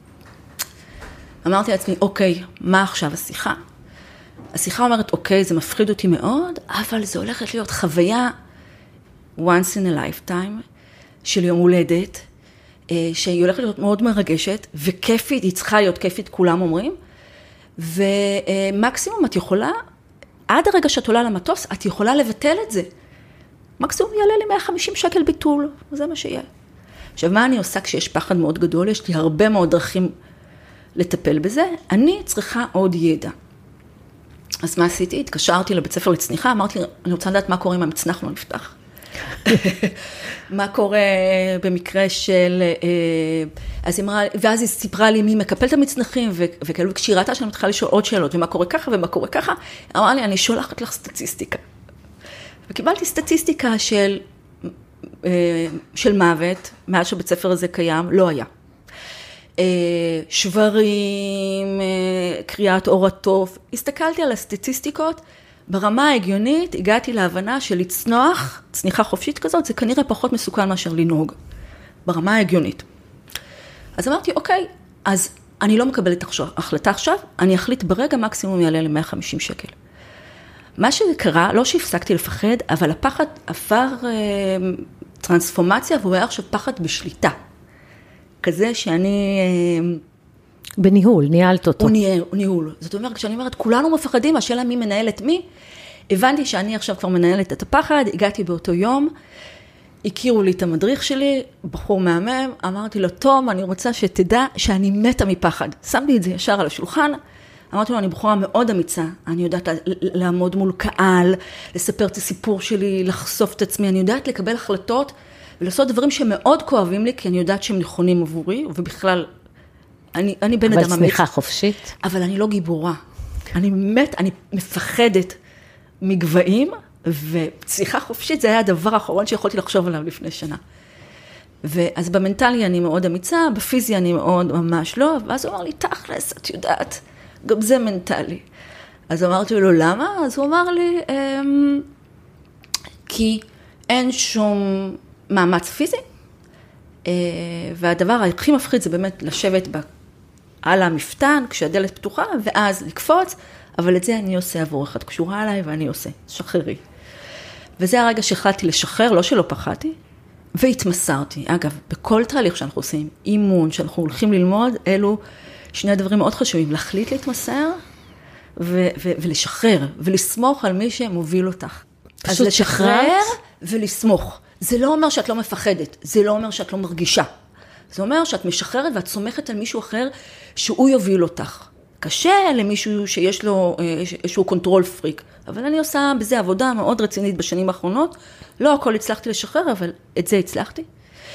B: אמרתי לעצמי, אוקיי, מה עכשיו השיחה? השיחה אומרת, אוקיי, זה מפחיד אותי מאוד, אבל זה הולכת להיות חוויה once in a lifetime, של יום הולדת, שהיא הולכת להיות מאוד מרגשת, וכיפית, היא צריכה להיות כיפית, כולם אומרים, ומקסימום את יכולה, עד הרגע שאת עולה למטוס, את יכולה לבטל את זה. מקסימום יעלה לי מאה וחמישים שקל ביטול, זה מה שיהיה. עכשיו, מה אני עושה כשיש פחד מאוד גדול? יש לי הרבה מאוד דרכים לטפל בזה, אני צריכה עוד ידע. אז מה עשיתי? התקשרתי לבית ספר לצניחה, אמרתי, אני רוצה לדעת מה קורה אם המצנח לא נפתח. מה קורה במקרה של, אז אמרה, ואז היא סיפרה לי מי מקפל את המצנחים, וכאילו כשהיא ראתה שאני מתחילה לשאול עוד שאלות, ומה קורה ככה ומה קורה ככה, אמרה לי, אני שולחת לך סטטיסטיקה. וקיבלתי סטטיסטיקה של, של מוות, מאז שבית ספר הזה קיים, לא היה. שברים, קריאת אור התוף, הסתכלתי על הסטטיסטיקות, ברמה ההגיונית הגעתי להבנה של לצנוח, צניחה חופשית כזאת, זה כנראה פחות מסוכן מאשר לנהוג, ברמה ההגיונית. אז אמרתי, אוקיי, אז אני לא מקבלת החלטה עכשיו, אני אחליט ברגע מקסימום יעלה ל-מאה וחמישים שקל. מה שקרה, לא שהפסקתי לפחד, אבל הפחד עבר אה, טרנספורמציה, והוא היה עכשיו פחד בשליטה. כזה שאני... אה,
A: בניהול, ניהלת אותו.
B: הוא ניהול, הוא ניהול. זאת אומרת, כשאני אומרת, כולנו מפחדים, השאלה מי מנהל את מי, הבנתי שאני עכשיו כבר מנהלת את הפחד, הגעתי באותו יום, הכירו לי את המדריך שלי, בחור מהמם, אמרתי לו, תום, אני רוצה שתדע שאני מתה מפחד. שמתי את זה ישר על השולחן, אמרתי לו, אני בחורה מאוד אמיצה, אני יודעת לעמוד מול קהל, לספר את הסיפור שלי, לחשוף את עצמי, אני יודעת לקבל החלטות, ולעשות דברים שמאוד כואבים לי, כי אני יודעת שהם נכונים עבורי, ובכלל, אני, אני בן אדם אמיץ.
A: אבל צמיחה חופשית.
B: אבל אני לא גיבורה. אני באמת, אני מפחדת מגבהים, וצמיחה חופשית זה היה הדבר האחרון שיכולתי לחשוב עליו לפני שנה. ואז במנטלי אני מאוד אמיצה, בפיזי אני מאוד ממש לא, ואז הוא אמר לי, תכלס, את יודעת, גם זה מנטלי. אז אמרתי לו, למה? אז הוא אמר לי, אמ, כי אין שום מאמץ פיזי, והדבר הכי מפחיד זה באמת לשבת על המפתן, כשהדלת פתוחה, ואז לקפוץ, אבל את זה אני עושה עבורך, את קשורה עליי ואני עושה, שחררי. וזה הרגע שהחלטתי לשחרר, לא שלא פחדתי, והתמסרתי. אגב, בכל תהליך שאנחנו עושים, אימון, שאנחנו הולכים ללמוד, אלו שני דברים מאוד חשובים, להחליט להתמסר, ו- ו- ולשחרר, ולסמוך על מי שמוביל אותך. אז לשחרר ולסמוך. זה לא אומר שאת לא מפחדת, זה לא אומר שאת לא מרגישה. זה אומר שאת משחררת ואת סומכת על מישהו אחר שהוא יוביל אותך. קשה למישהו שיש לו איזשהו קונטרול פריק, אבל אני עושה בזה עבודה מאוד רצינית בשנים האחרונות, לא הכל הצלחתי לשחרר, אבל את זה הצלחתי.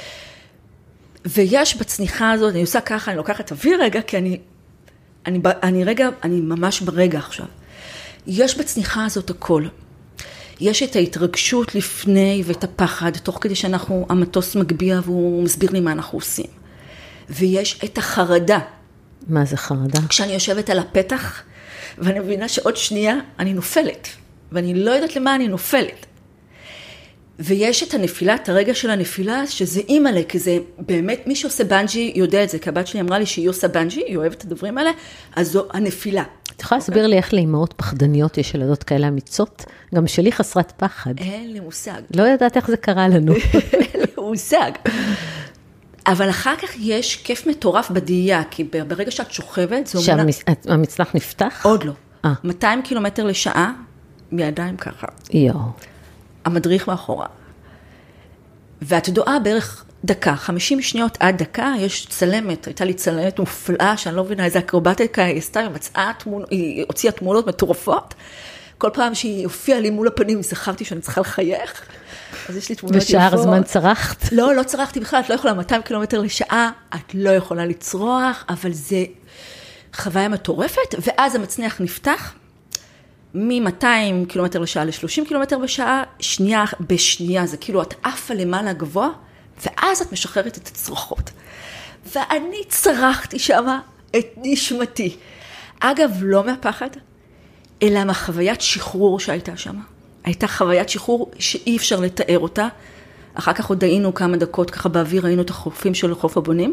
B: ויש בצניחה הזאת, אני עושה ככה, אני לוקחת אוויר רגע, כי אני, אני, אני רגע, אני ממש ברגע עכשיו. יש בצניחה הזאת הכל. יש את ההתרגשות לפני ואת הפחד, תוך כדי שאנחנו, המטוס מגביע והוא מסביר לי מה אנחנו עושים. ויש את החרדה.
A: מה זה חרדה?
B: כשאני יושבת על הפתח, ואני מבינה שעוד שנייה אני נופלת, ואני לא יודעת למה אני נופלת. ויש את הנפילה, את הרגע של הנפילה, שזה אימא'לה, כי זה באמת, מי שעושה בנג'י יודע את זה, כי הבת שלי אמרה לי שהיא עושה בנג'י, היא אוהבת את הדברים האלה, אז זו הנפילה.
A: את יכולה להסביר לי איך לאמהות פחדניות יש ילדות כאלה אמיצות? גם שלי חסרת פחד.
B: אין לי מושג.
A: לא יודעת איך זה קרה לנו.
B: אין לי מושג. אבל אחר כך יש כיף מטורף בדאייה, כי ברגע שאת שוכבת, זה אומר...
A: שהמצלח נפתח?
B: עוד לא. מאתיים קילומטר לשעה, מידיים ככה.
A: יואו.
B: המדריך מאחורה. ואת דועה בערך דקה, חמישים שניות עד דקה, יש צלמת, הייתה לי צלמת מופלאה, שאני לא מבינה איזה אקרובטיקה, היא עשתה, היא מצאה תמונות, היא הוציאה תמונות מטורפות, כל פעם שהיא הופיעה לי מול הפנים, זכרתי שאני צריכה לחייך, אז יש לי תמונות יפות.
A: בשאר הזמן צרחת?
B: לא, לא צרחתי בכלל, את לא יכולה, מאתיים קילומטר לשעה, את לא יכולה לצרוח, אבל זה חוויה מטורפת, ואז המצנח נפתח, מ-מאתיים קילומטר לשעה ל-שלושים קילומטר בשעה, שנייה בשנייה, זה כאילו את עפה למעלה גבוה, ואז את משחררת את הצרחות. ואני צרחתי שמה את נשמתי. אגב, לא מהפחד, אלא מהחוויית שחרור שהייתה שמה. הייתה חוויית שחרור שאי אפשר לתאר אותה. אחר כך עוד היינו כמה דקות, ככה באוויר ראינו את החופים של חוף הבונים.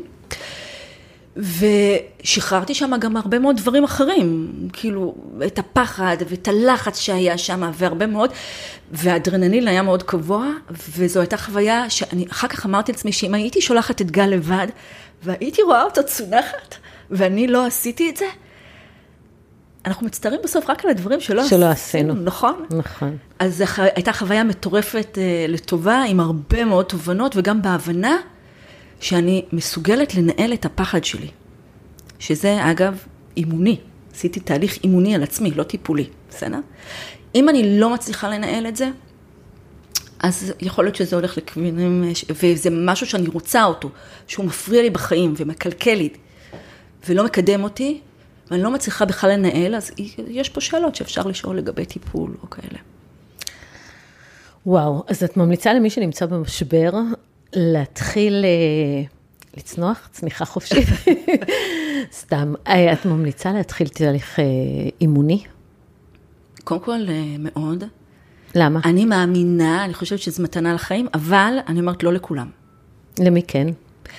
B: ושחררתי שם גם הרבה מאוד דברים אחרים, כאילו את הפחד ואת הלחץ שהיה שם והרבה מאוד, והאדרנליל היה מאוד קבוע, וזו הייתה חוויה שאני אחר כך אמרתי לעצמי שאם הייתי שולחת את גל לבד, והייתי רואה אותו צונחת, ואני לא עשיתי את זה, אנחנו מצטערים בסוף רק על הדברים שלא,
A: שלא עשינו.
B: נכון?
A: נכון.
B: אז זו הייתה חוויה מטורפת לטובה, עם הרבה מאוד תובנות, וגם בהבנה, שאני מסוגלת לנהל את הפחד שלי, שזה אגב אימוני, עשיתי תהליך אימוני על עצמי, לא טיפולי, בסדר? אם אני לא מצליחה לנהל את זה, אז יכול להיות שזה הולך לכיוונים, וזה משהו שאני רוצה אותו, שהוא מפריע לי בחיים ומקלקל לי, ולא מקדם אותי, ואני לא מצליחה בכלל לנהל, אז יש פה שאלות שאפשר לשאול לגבי טיפול או כאלה.
A: וואו, אז את ממליצה למי שנמצא במשבר, להתחיל לצנוח, צניחה חופשית. סתם, את ממליצה להתחיל תהליך אימוני?
B: קודם כל, מאוד.
A: למה?
B: אני מאמינה, אני חושבת שזה מתנה לחיים, אבל אני אומרת לא לכולם.
A: למי כן?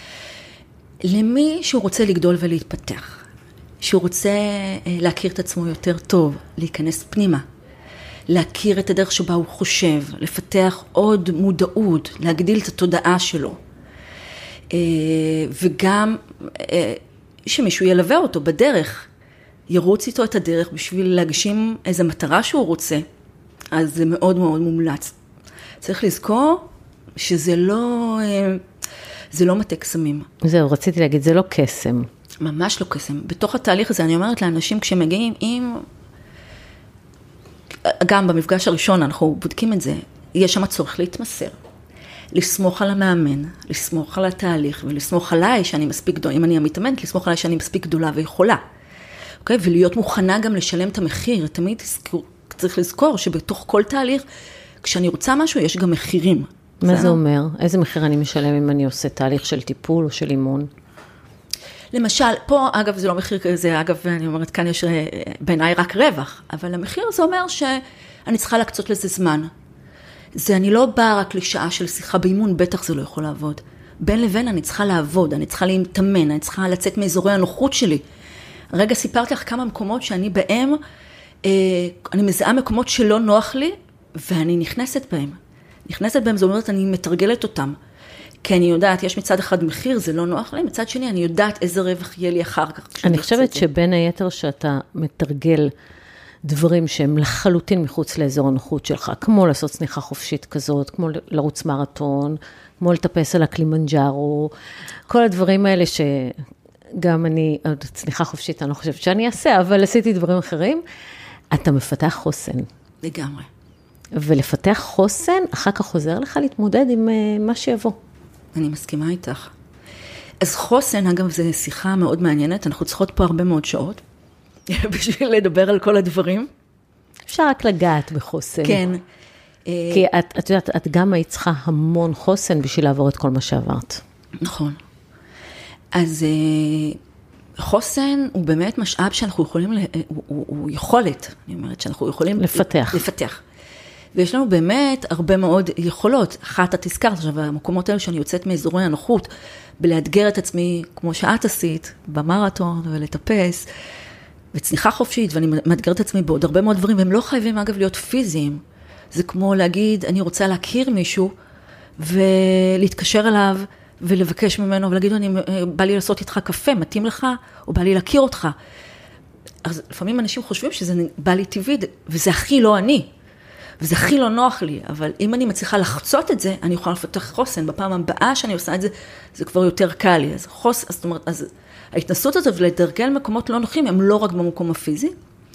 B: למי שהוא רוצה לגדול ולהתפתח, שהוא רוצה להכיר את עצמו יותר טוב, להיכנס פנימה, להכיר את הדרך שבה הוא חושב, לפתח עוד מודעות, להגדיל את התודעה שלו. וגם שמישהו ילווה אותו בדרך, ירוץ איתו את הדרך בשביל להגשים איזו מטרה שהוא רוצה, אז זה מאוד מאוד מומלץ. צריך לזכור שזה לא, זה לא מטה קסמים.
A: זהו, רציתי להגיד, זה לא קסם.
B: ממש לא קסם. בתוך התהליך הזה, אני אומרת לאנשים כשמגיעים עם... גם במפגש הראשון אנחנו בודקים את זה, יש שם צורך להתמסר, לסמוך על המאמן, לסמוך על התהליך, ולסמוך עליי שאני מספיק גדולה, אם אני המתאמנת, לסמוך עליי שאני מספיק גדולה ויכולה. אוקיי? ולהיות מוכנה גם לשלם את המחיר, תמיד צריך לזכור שבתוך כל תהליך, כשאני רוצה משהו, יש גם מחירים.
A: מה זה אומר? איזה מחיר אני משלם אם אני עושה תהליך של טיפול או של אימון?
B: למשל, פה, אגב, זה לא מחיר כזה, אגב, אני אומרת, כאן יש בעיניי רק רווח, אבל המחיר זה אומר שאני צריכה להקצות לזה זמן. זה, אני לא באה רק לשעה של שיחה באימון, בטח זה לא יכול לעבוד. בין לבין אני צריכה לעבוד, אני צריכה להתאמן, אני צריכה לצאת מאזורי הנוחות שלי. רגע סיפרתי לך כמה מקומות שאני בהם, אה, אני מזהה מקומות שלא נוח לי, ואני נכנסת בהם. נכנסת בהם, זאת אומרת, אני מתרגלת אותם. כי אני יודעת, יש מצד אחד מחיר, זה לא נוח לי, מצד שני, אני יודעת איזה רווח יהיה לי אחר כך.
A: אני חושבת שבין היתר שאתה מתרגל דברים שהם לחלוטין מחוץ לאזור הנוחות שלך, כמו לעשות צניחה חופשית כזאת, כמו לרוץ מרתון, כמו לטפס על הקלימנג'ארו, כל הדברים האלה גם אני, צניחה חופשית, אני לא חושבת שאני אעשה, אבל עשיתי דברים אחרים. אתה מפתח חוסן.
B: לגמרי.
A: ולפתח חוסן, אחר כך חוזר לך להתמודד עם מה שיבוא.
B: אני מסכימה איתך. אז חוסן, אגב, זו שיחה מאוד מעניינת, אנחנו צריכות פה הרבה מאוד שעות, בשביל לדבר על כל הדברים.
A: אפשר רק לגעת בחוסן.
B: כן.
A: כי את, את יודעת, את גם היית צריכה המון חוסן בשביל לעבור את כל מה שעברת.
B: נכון. אז חוסן הוא באמת משאב שאנחנו יכולים, הוא, הוא, הוא יכולת, אני אומרת שאנחנו יכולים
A: לפתח.
B: לפתח. ויש לנו באמת הרבה מאוד יכולות. אחת את הזכרת, עכשיו, המקומות האלה שאני יוצאת מאזורי הנוחות, בלאתגר את עצמי, כמו שאת עשית, במרתון, ולטפס, וצניחה חופשית, ואני מאתגרת את עצמי בעוד הרבה מאוד דברים, והם לא חייבים, אגב, להיות פיזיים. זה כמו להגיד, אני רוצה להכיר מישהו, ולהתקשר אליו, ולבקש ממנו, ולהגיד, אני, בא לי לעשות איתך קפה, מתאים לך, או בא לי להכיר אותך. אז לפעמים אנשים חושבים שזה בא לי טבעי, וזה הכי לא אני. וזה הכי לא נוח לי, אבל אם אני מצליחה לחצות את זה, אני יכולה לפתח חוסן. בפעם הבאה שאני עושה את זה, זה כבר יותר קל לי. אז חוסן, זאת אומרת, אז ההתנסות הזאת ולדרגל מקומות לא נוחים, הם לא רק במקום הפיזי.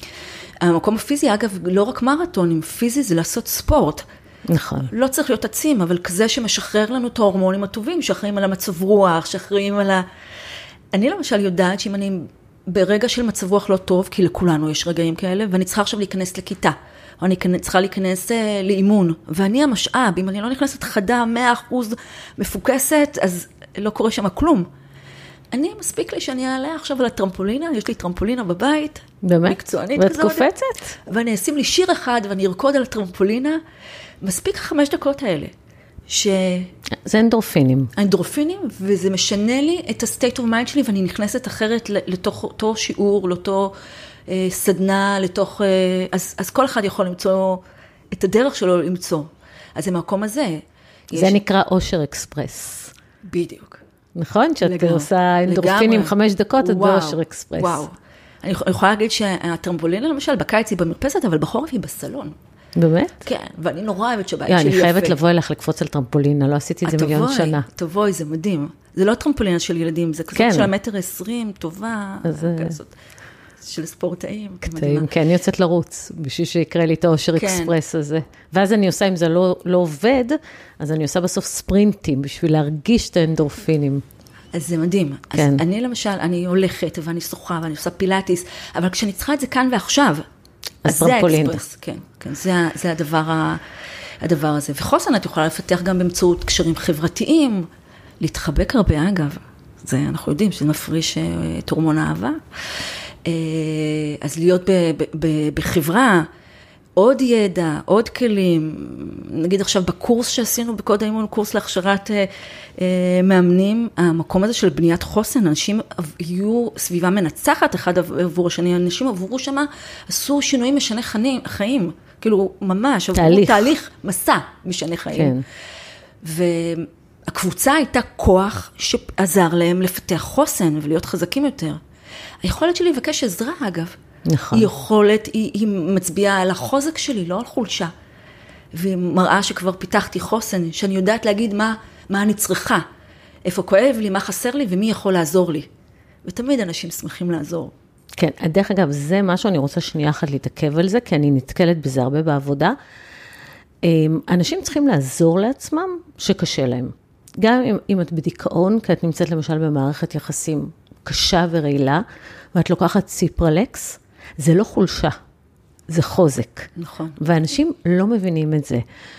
B: המקום הפיזי, אגב, לא רק מרתונים, פיזי זה לעשות ספורט.
A: נכון.
B: לא צריך להיות עצים, אבל כזה שמשחרר לנו את ההורמונים הטובים, שאחראים על המצב רוח, שאחראים על ה... אני למשל יודעת שאם אני ברגע של מצב רוח לא טוב, כי לכולנו יש רגעים כאלה, ואני צריכה עכשיו להיכנס לכיתה. או אני צריכה להיכנס לאימון, ואני המשאב, אם אני לא נכנסת חדה, מאה אחוז מפוקסת, אז לא קורה שם כלום. אני מספיק לי שאני אעלה עכשיו על הטרמפולינה, יש לי טרמפולינה בבית,
A: באמת?
B: מקצוענית
A: ואת
B: כזאת.
A: קופצת?
B: ואני אשים לי שיר אחד, ואני ארקוד על הטרמפולינה, מספיק חמש דקות האלה. ש...
A: זה אנדורפינים.
B: אנדורפינים, וזה משנה לי את ה-state of mind שלי, ואני נכנסת אחרת לתוך אותו שיעור, לאותו... סדנה לתוך, אז, אז כל אחד יכול למצוא את הדרך שלו למצוא. אז במקום הזה.
A: זה יש... נקרא אושר אקספרס.
B: בדיוק.
A: נכון? שאת עושה אנדורפינים חמש דקות, את באושר אקספרס. וואו.
B: אני יכולה להגיד שהטרמפולינה למשל, בקיץ היא במרפסת, אבל בחורף היא בסלון.
A: באמת?
B: כן, ואני נורא אוהבת שבית שלי יפה.
A: אני חייבת לבוא אליך לקפוץ על טרמפולינה, לא עשיתי את זה מיליון שנה.
B: תבואי, זה מדהים. זה לא טרמפולינה של ילדים, זה כזאת של המטר עשרים, טובה, כזאת. של ספורטאים.
A: קטעים, כן, אני יוצאת לרוץ, בשביל שיקרה לי את האושר אקספרס הזה. ואז אני עושה, אם זה לא, לא עובד, אז אני עושה בסוף ספרינטים, בשביל להרגיש את האנדורפינים.
B: אז זה מדהים. כן. אז אני למשל, אני הולכת, ואני שוחה, ואני עושה פילאטיס, אבל כשאני צריכה את זה כאן ועכשיו, אז זה האקספרס. כן, כן, זה, זה הדבר, הדבר הזה. וחוסן את יכולה לפתח גם באמצעות קשרים חברתיים, להתחבק הרבה, אגב. זה, אנחנו יודעים שזה מפריש את הורמון האהבה. אז להיות בחברה, עוד ידע, עוד כלים, נגיד עכשיו בקורס שעשינו בקוד האימון, קורס להכשרת מאמנים, המקום הזה של בניית חוסן, אנשים יהיו סביבה מנצחת אחד עבור השני, אנשים עברו שם, עשו שינויים משנה חיים, כאילו ממש, עברו תהליך מסע משנה חיים. והקבוצה הייתה כוח שעזר להם לפתח חוסן ולהיות חזקים יותר. היכולת שלי לבקש עזרה, אגב.
A: נכון.
B: היא יכולת, היא, היא מצביעה על החוזק שלי, לא על חולשה. והיא מראה שכבר פיתחתי חוסן, שאני יודעת להגיד מה, מה אני צריכה, איפה כואב לי, מה חסר לי, ומי יכול לעזור לי. ותמיד אנשים שמחים לעזור.
A: כן, דרך אגב, זה משהו, אני רוצה שנייה אחת להתעכב על זה, כי אני נתקלת בזה הרבה בעבודה. אנשים צריכים לעזור לעצמם שקשה להם. גם אם, אם את בדיכאון, כי את נמצאת למשל במערכת יחסים קשה ורעילה, ואת לוקחת ציפרלקס, זה לא חולשה, זה חוזק.
B: נכון.
A: ואנשים לא מבינים את זה.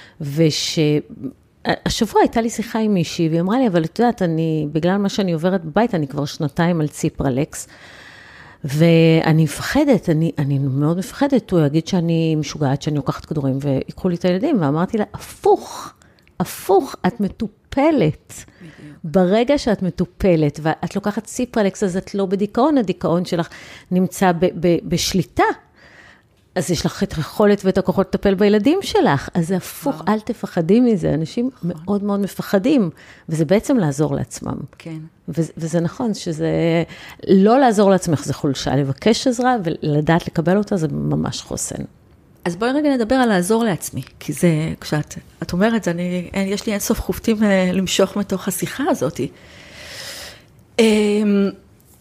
A: ושהשבוע הייתה לי שיחה עם מישהי, והיא אמרה לי, אבל את יודעת, אני, בגלל מה שאני עוברת בבית, אני כבר שנתיים על ציפרלקס, ואני מפחדת, אני, אני מאוד מפחדת, הוא יגיד שאני משוגעת, שאני לוקחת כדורים, ויקחו לי את הילדים, ואמרתי לה, הפוך, הפוך, את מטופלת. ברגע שאת מטופלת, ואת לוקחת ציפרלקס, אז את לא בדיכאון, הדיכאון שלך נמצא ב- ב- בשליטה, אז יש לך את היכולת ואת הכוחות לטפל בילדים שלך, אז זה הפוך, אל תפחדי מזה, אנשים מאוד מאוד מפחדים, וזה בעצם לעזור לעצמם.
B: כן.
A: וזה, וזה נכון, שזה לא לעזור לעצמך, זה חולשה, לבקש עזרה, ולדעת לקבל אותה, זה ממש חוסן.
B: אז בואי רגע נדבר על לעזור לעצמי, כי זה, כשאת את אומרת, אני, יש לי אינסוף חופטים למשוך מתוך השיחה הזאת.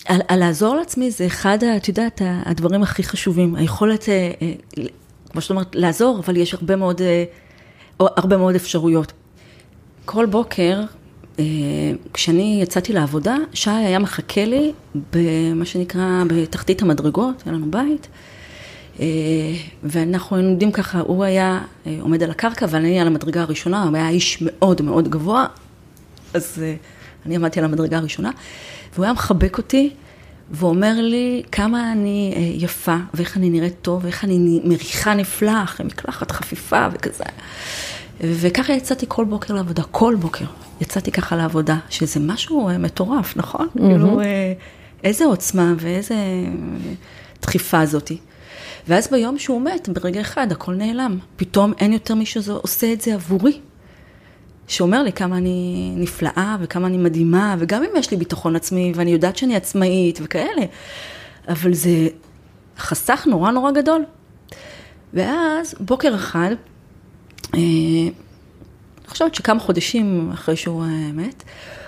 B: על, על לעזור לעצמי זה אחד, את יודעת, הדברים הכי חשובים. היכולת, כמו שאת אומרת, לעזור, אבל יש הרבה מאוד, הרבה מאוד אפשרויות. כל בוקר, כשאני יצאתי לעבודה, שי היה מחכה לי במה שנקרא בתחתית המדרגות, היה לנו בית, ואנחנו עומדים ככה, הוא היה עומד על הקרקע, ואני על המדרגה הראשונה, הוא היה איש מאוד מאוד גבוה, אז אני עמדתי על המדרגה הראשונה, והוא היה מחבק אותי, ואומר לי כמה אני יפה, ואיך אני נראית טוב, ואיך אני מריחה נפלא, אחרי מקלחת חפיפה וכזה. וככה יצאתי כל בוקר לעבודה, כל בוקר יצאתי ככה לעבודה, שזה משהו מטורף, נכון? Mm-hmm. כאילו, איזה עוצמה ואיזה דחיפה הזאת. ואז ביום שהוא מת, ברגע אחד, הכל נעלם. פתאום אין יותר מישהו שעושה את זה עבורי. שאומר לי כמה אני נפלאה וכמה אני מדהימה, וגם אם יש לי ביטחון עצמי, ואני יודעת שאני עצמאית וכאלה, אבל זה חסך נורא נורא גדול. ואז בוקר אחד, אני חושבת שכמה חודשים אחרי שהוא מת,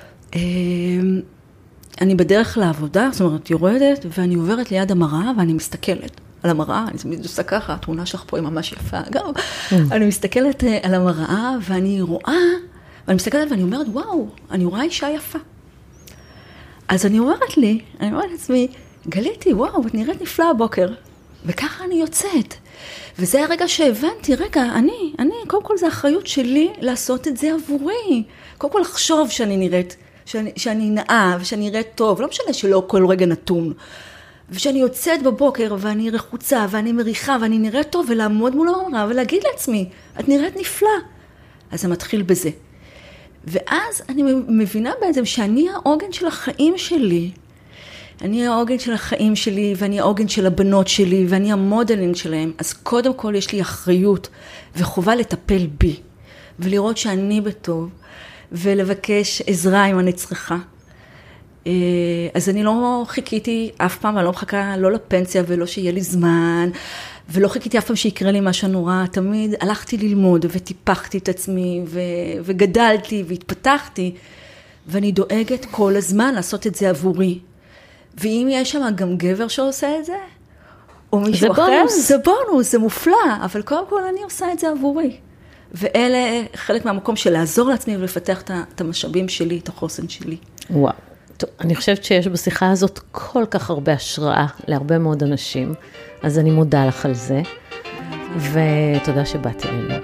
B: אני בדרך לעבודה, זאת אומרת, יורדת, ואני עוברת ליד המראה, ואני מסתכלת על המראה, אני תמיד עושה ככה, התמונה שלך פה היא ממש יפה, גם, אני מסתכלת על המראה, ואני רואה, ואני מסתכלת ואני אומרת, וואו, אני רואה אישה יפה. אז אני אומרת לי, אני אומרת לעצמי, גליתי, וואו, את נראית נפלאה הבוקר, וככה אני יוצאת. וזה הרגע שהבנתי, רגע, אני, אני, קודם כל זה האחריות שלי לעשות את זה עבורי. קודם כל לחשוב שאני נראית, שאני, שאני נאה ושאני נראית טוב, לא משנה שלא כל רגע נתון. ושאני יוצאת בבוקר ואני רחוצה ואני מריחה ואני נראית טוב ולעמוד מול המראה ולהגיד לעצמי, את נראית נפלא. אז זה מתחיל בזה. ואז אני מבינה בעצם שאני העוגן של החיים שלי. אני העוגן של החיים שלי, ואני העוגן של הבנות שלי, ואני המודלינג שלהם. אז קודם כל יש לי אחריות וחובה לטפל בי, ולראות שאני בטוב, ולבקש עזרה אם אני צריכה. אז אני לא חיכיתי אף פעם, אני לא מחכה לא לפנסיה ולא שיהיה לי זמן, ולא חיכיתי אף פעם שיקרה לי משהו נורא. תמיד הלכתי ללמוד וטיפחתי את עצמי, ו- וגדלתי והתפתחתי, ואני דואגת כל הזמן לעשות את זה עבורי. ואם יש שם גם גבר שעושה את זה, או מישהו אחר, בונוס. זה בונוס, זה מופלא, אבל קודם כל אני עושה את זה עבורי. ואלה חלק מהמקום של לעזור לעצמי ולפתח את המשאבים שלי, את החוסן שלי.
A: וואו, טוב, אני חושבת שיש בשיחה הזאת כל כך הרבה השראה להרבה מאוד אנשים, אז אני מודה לך על זה, ותודה שבאתי אלינו.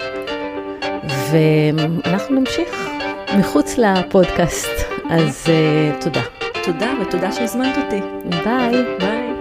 A: ואנחנו נמשיך מחוץ לפודקאסט, אז uh, תודה.
B: תודה, ותודה שהזמנת אותי.
A: ביי.
B: ביי.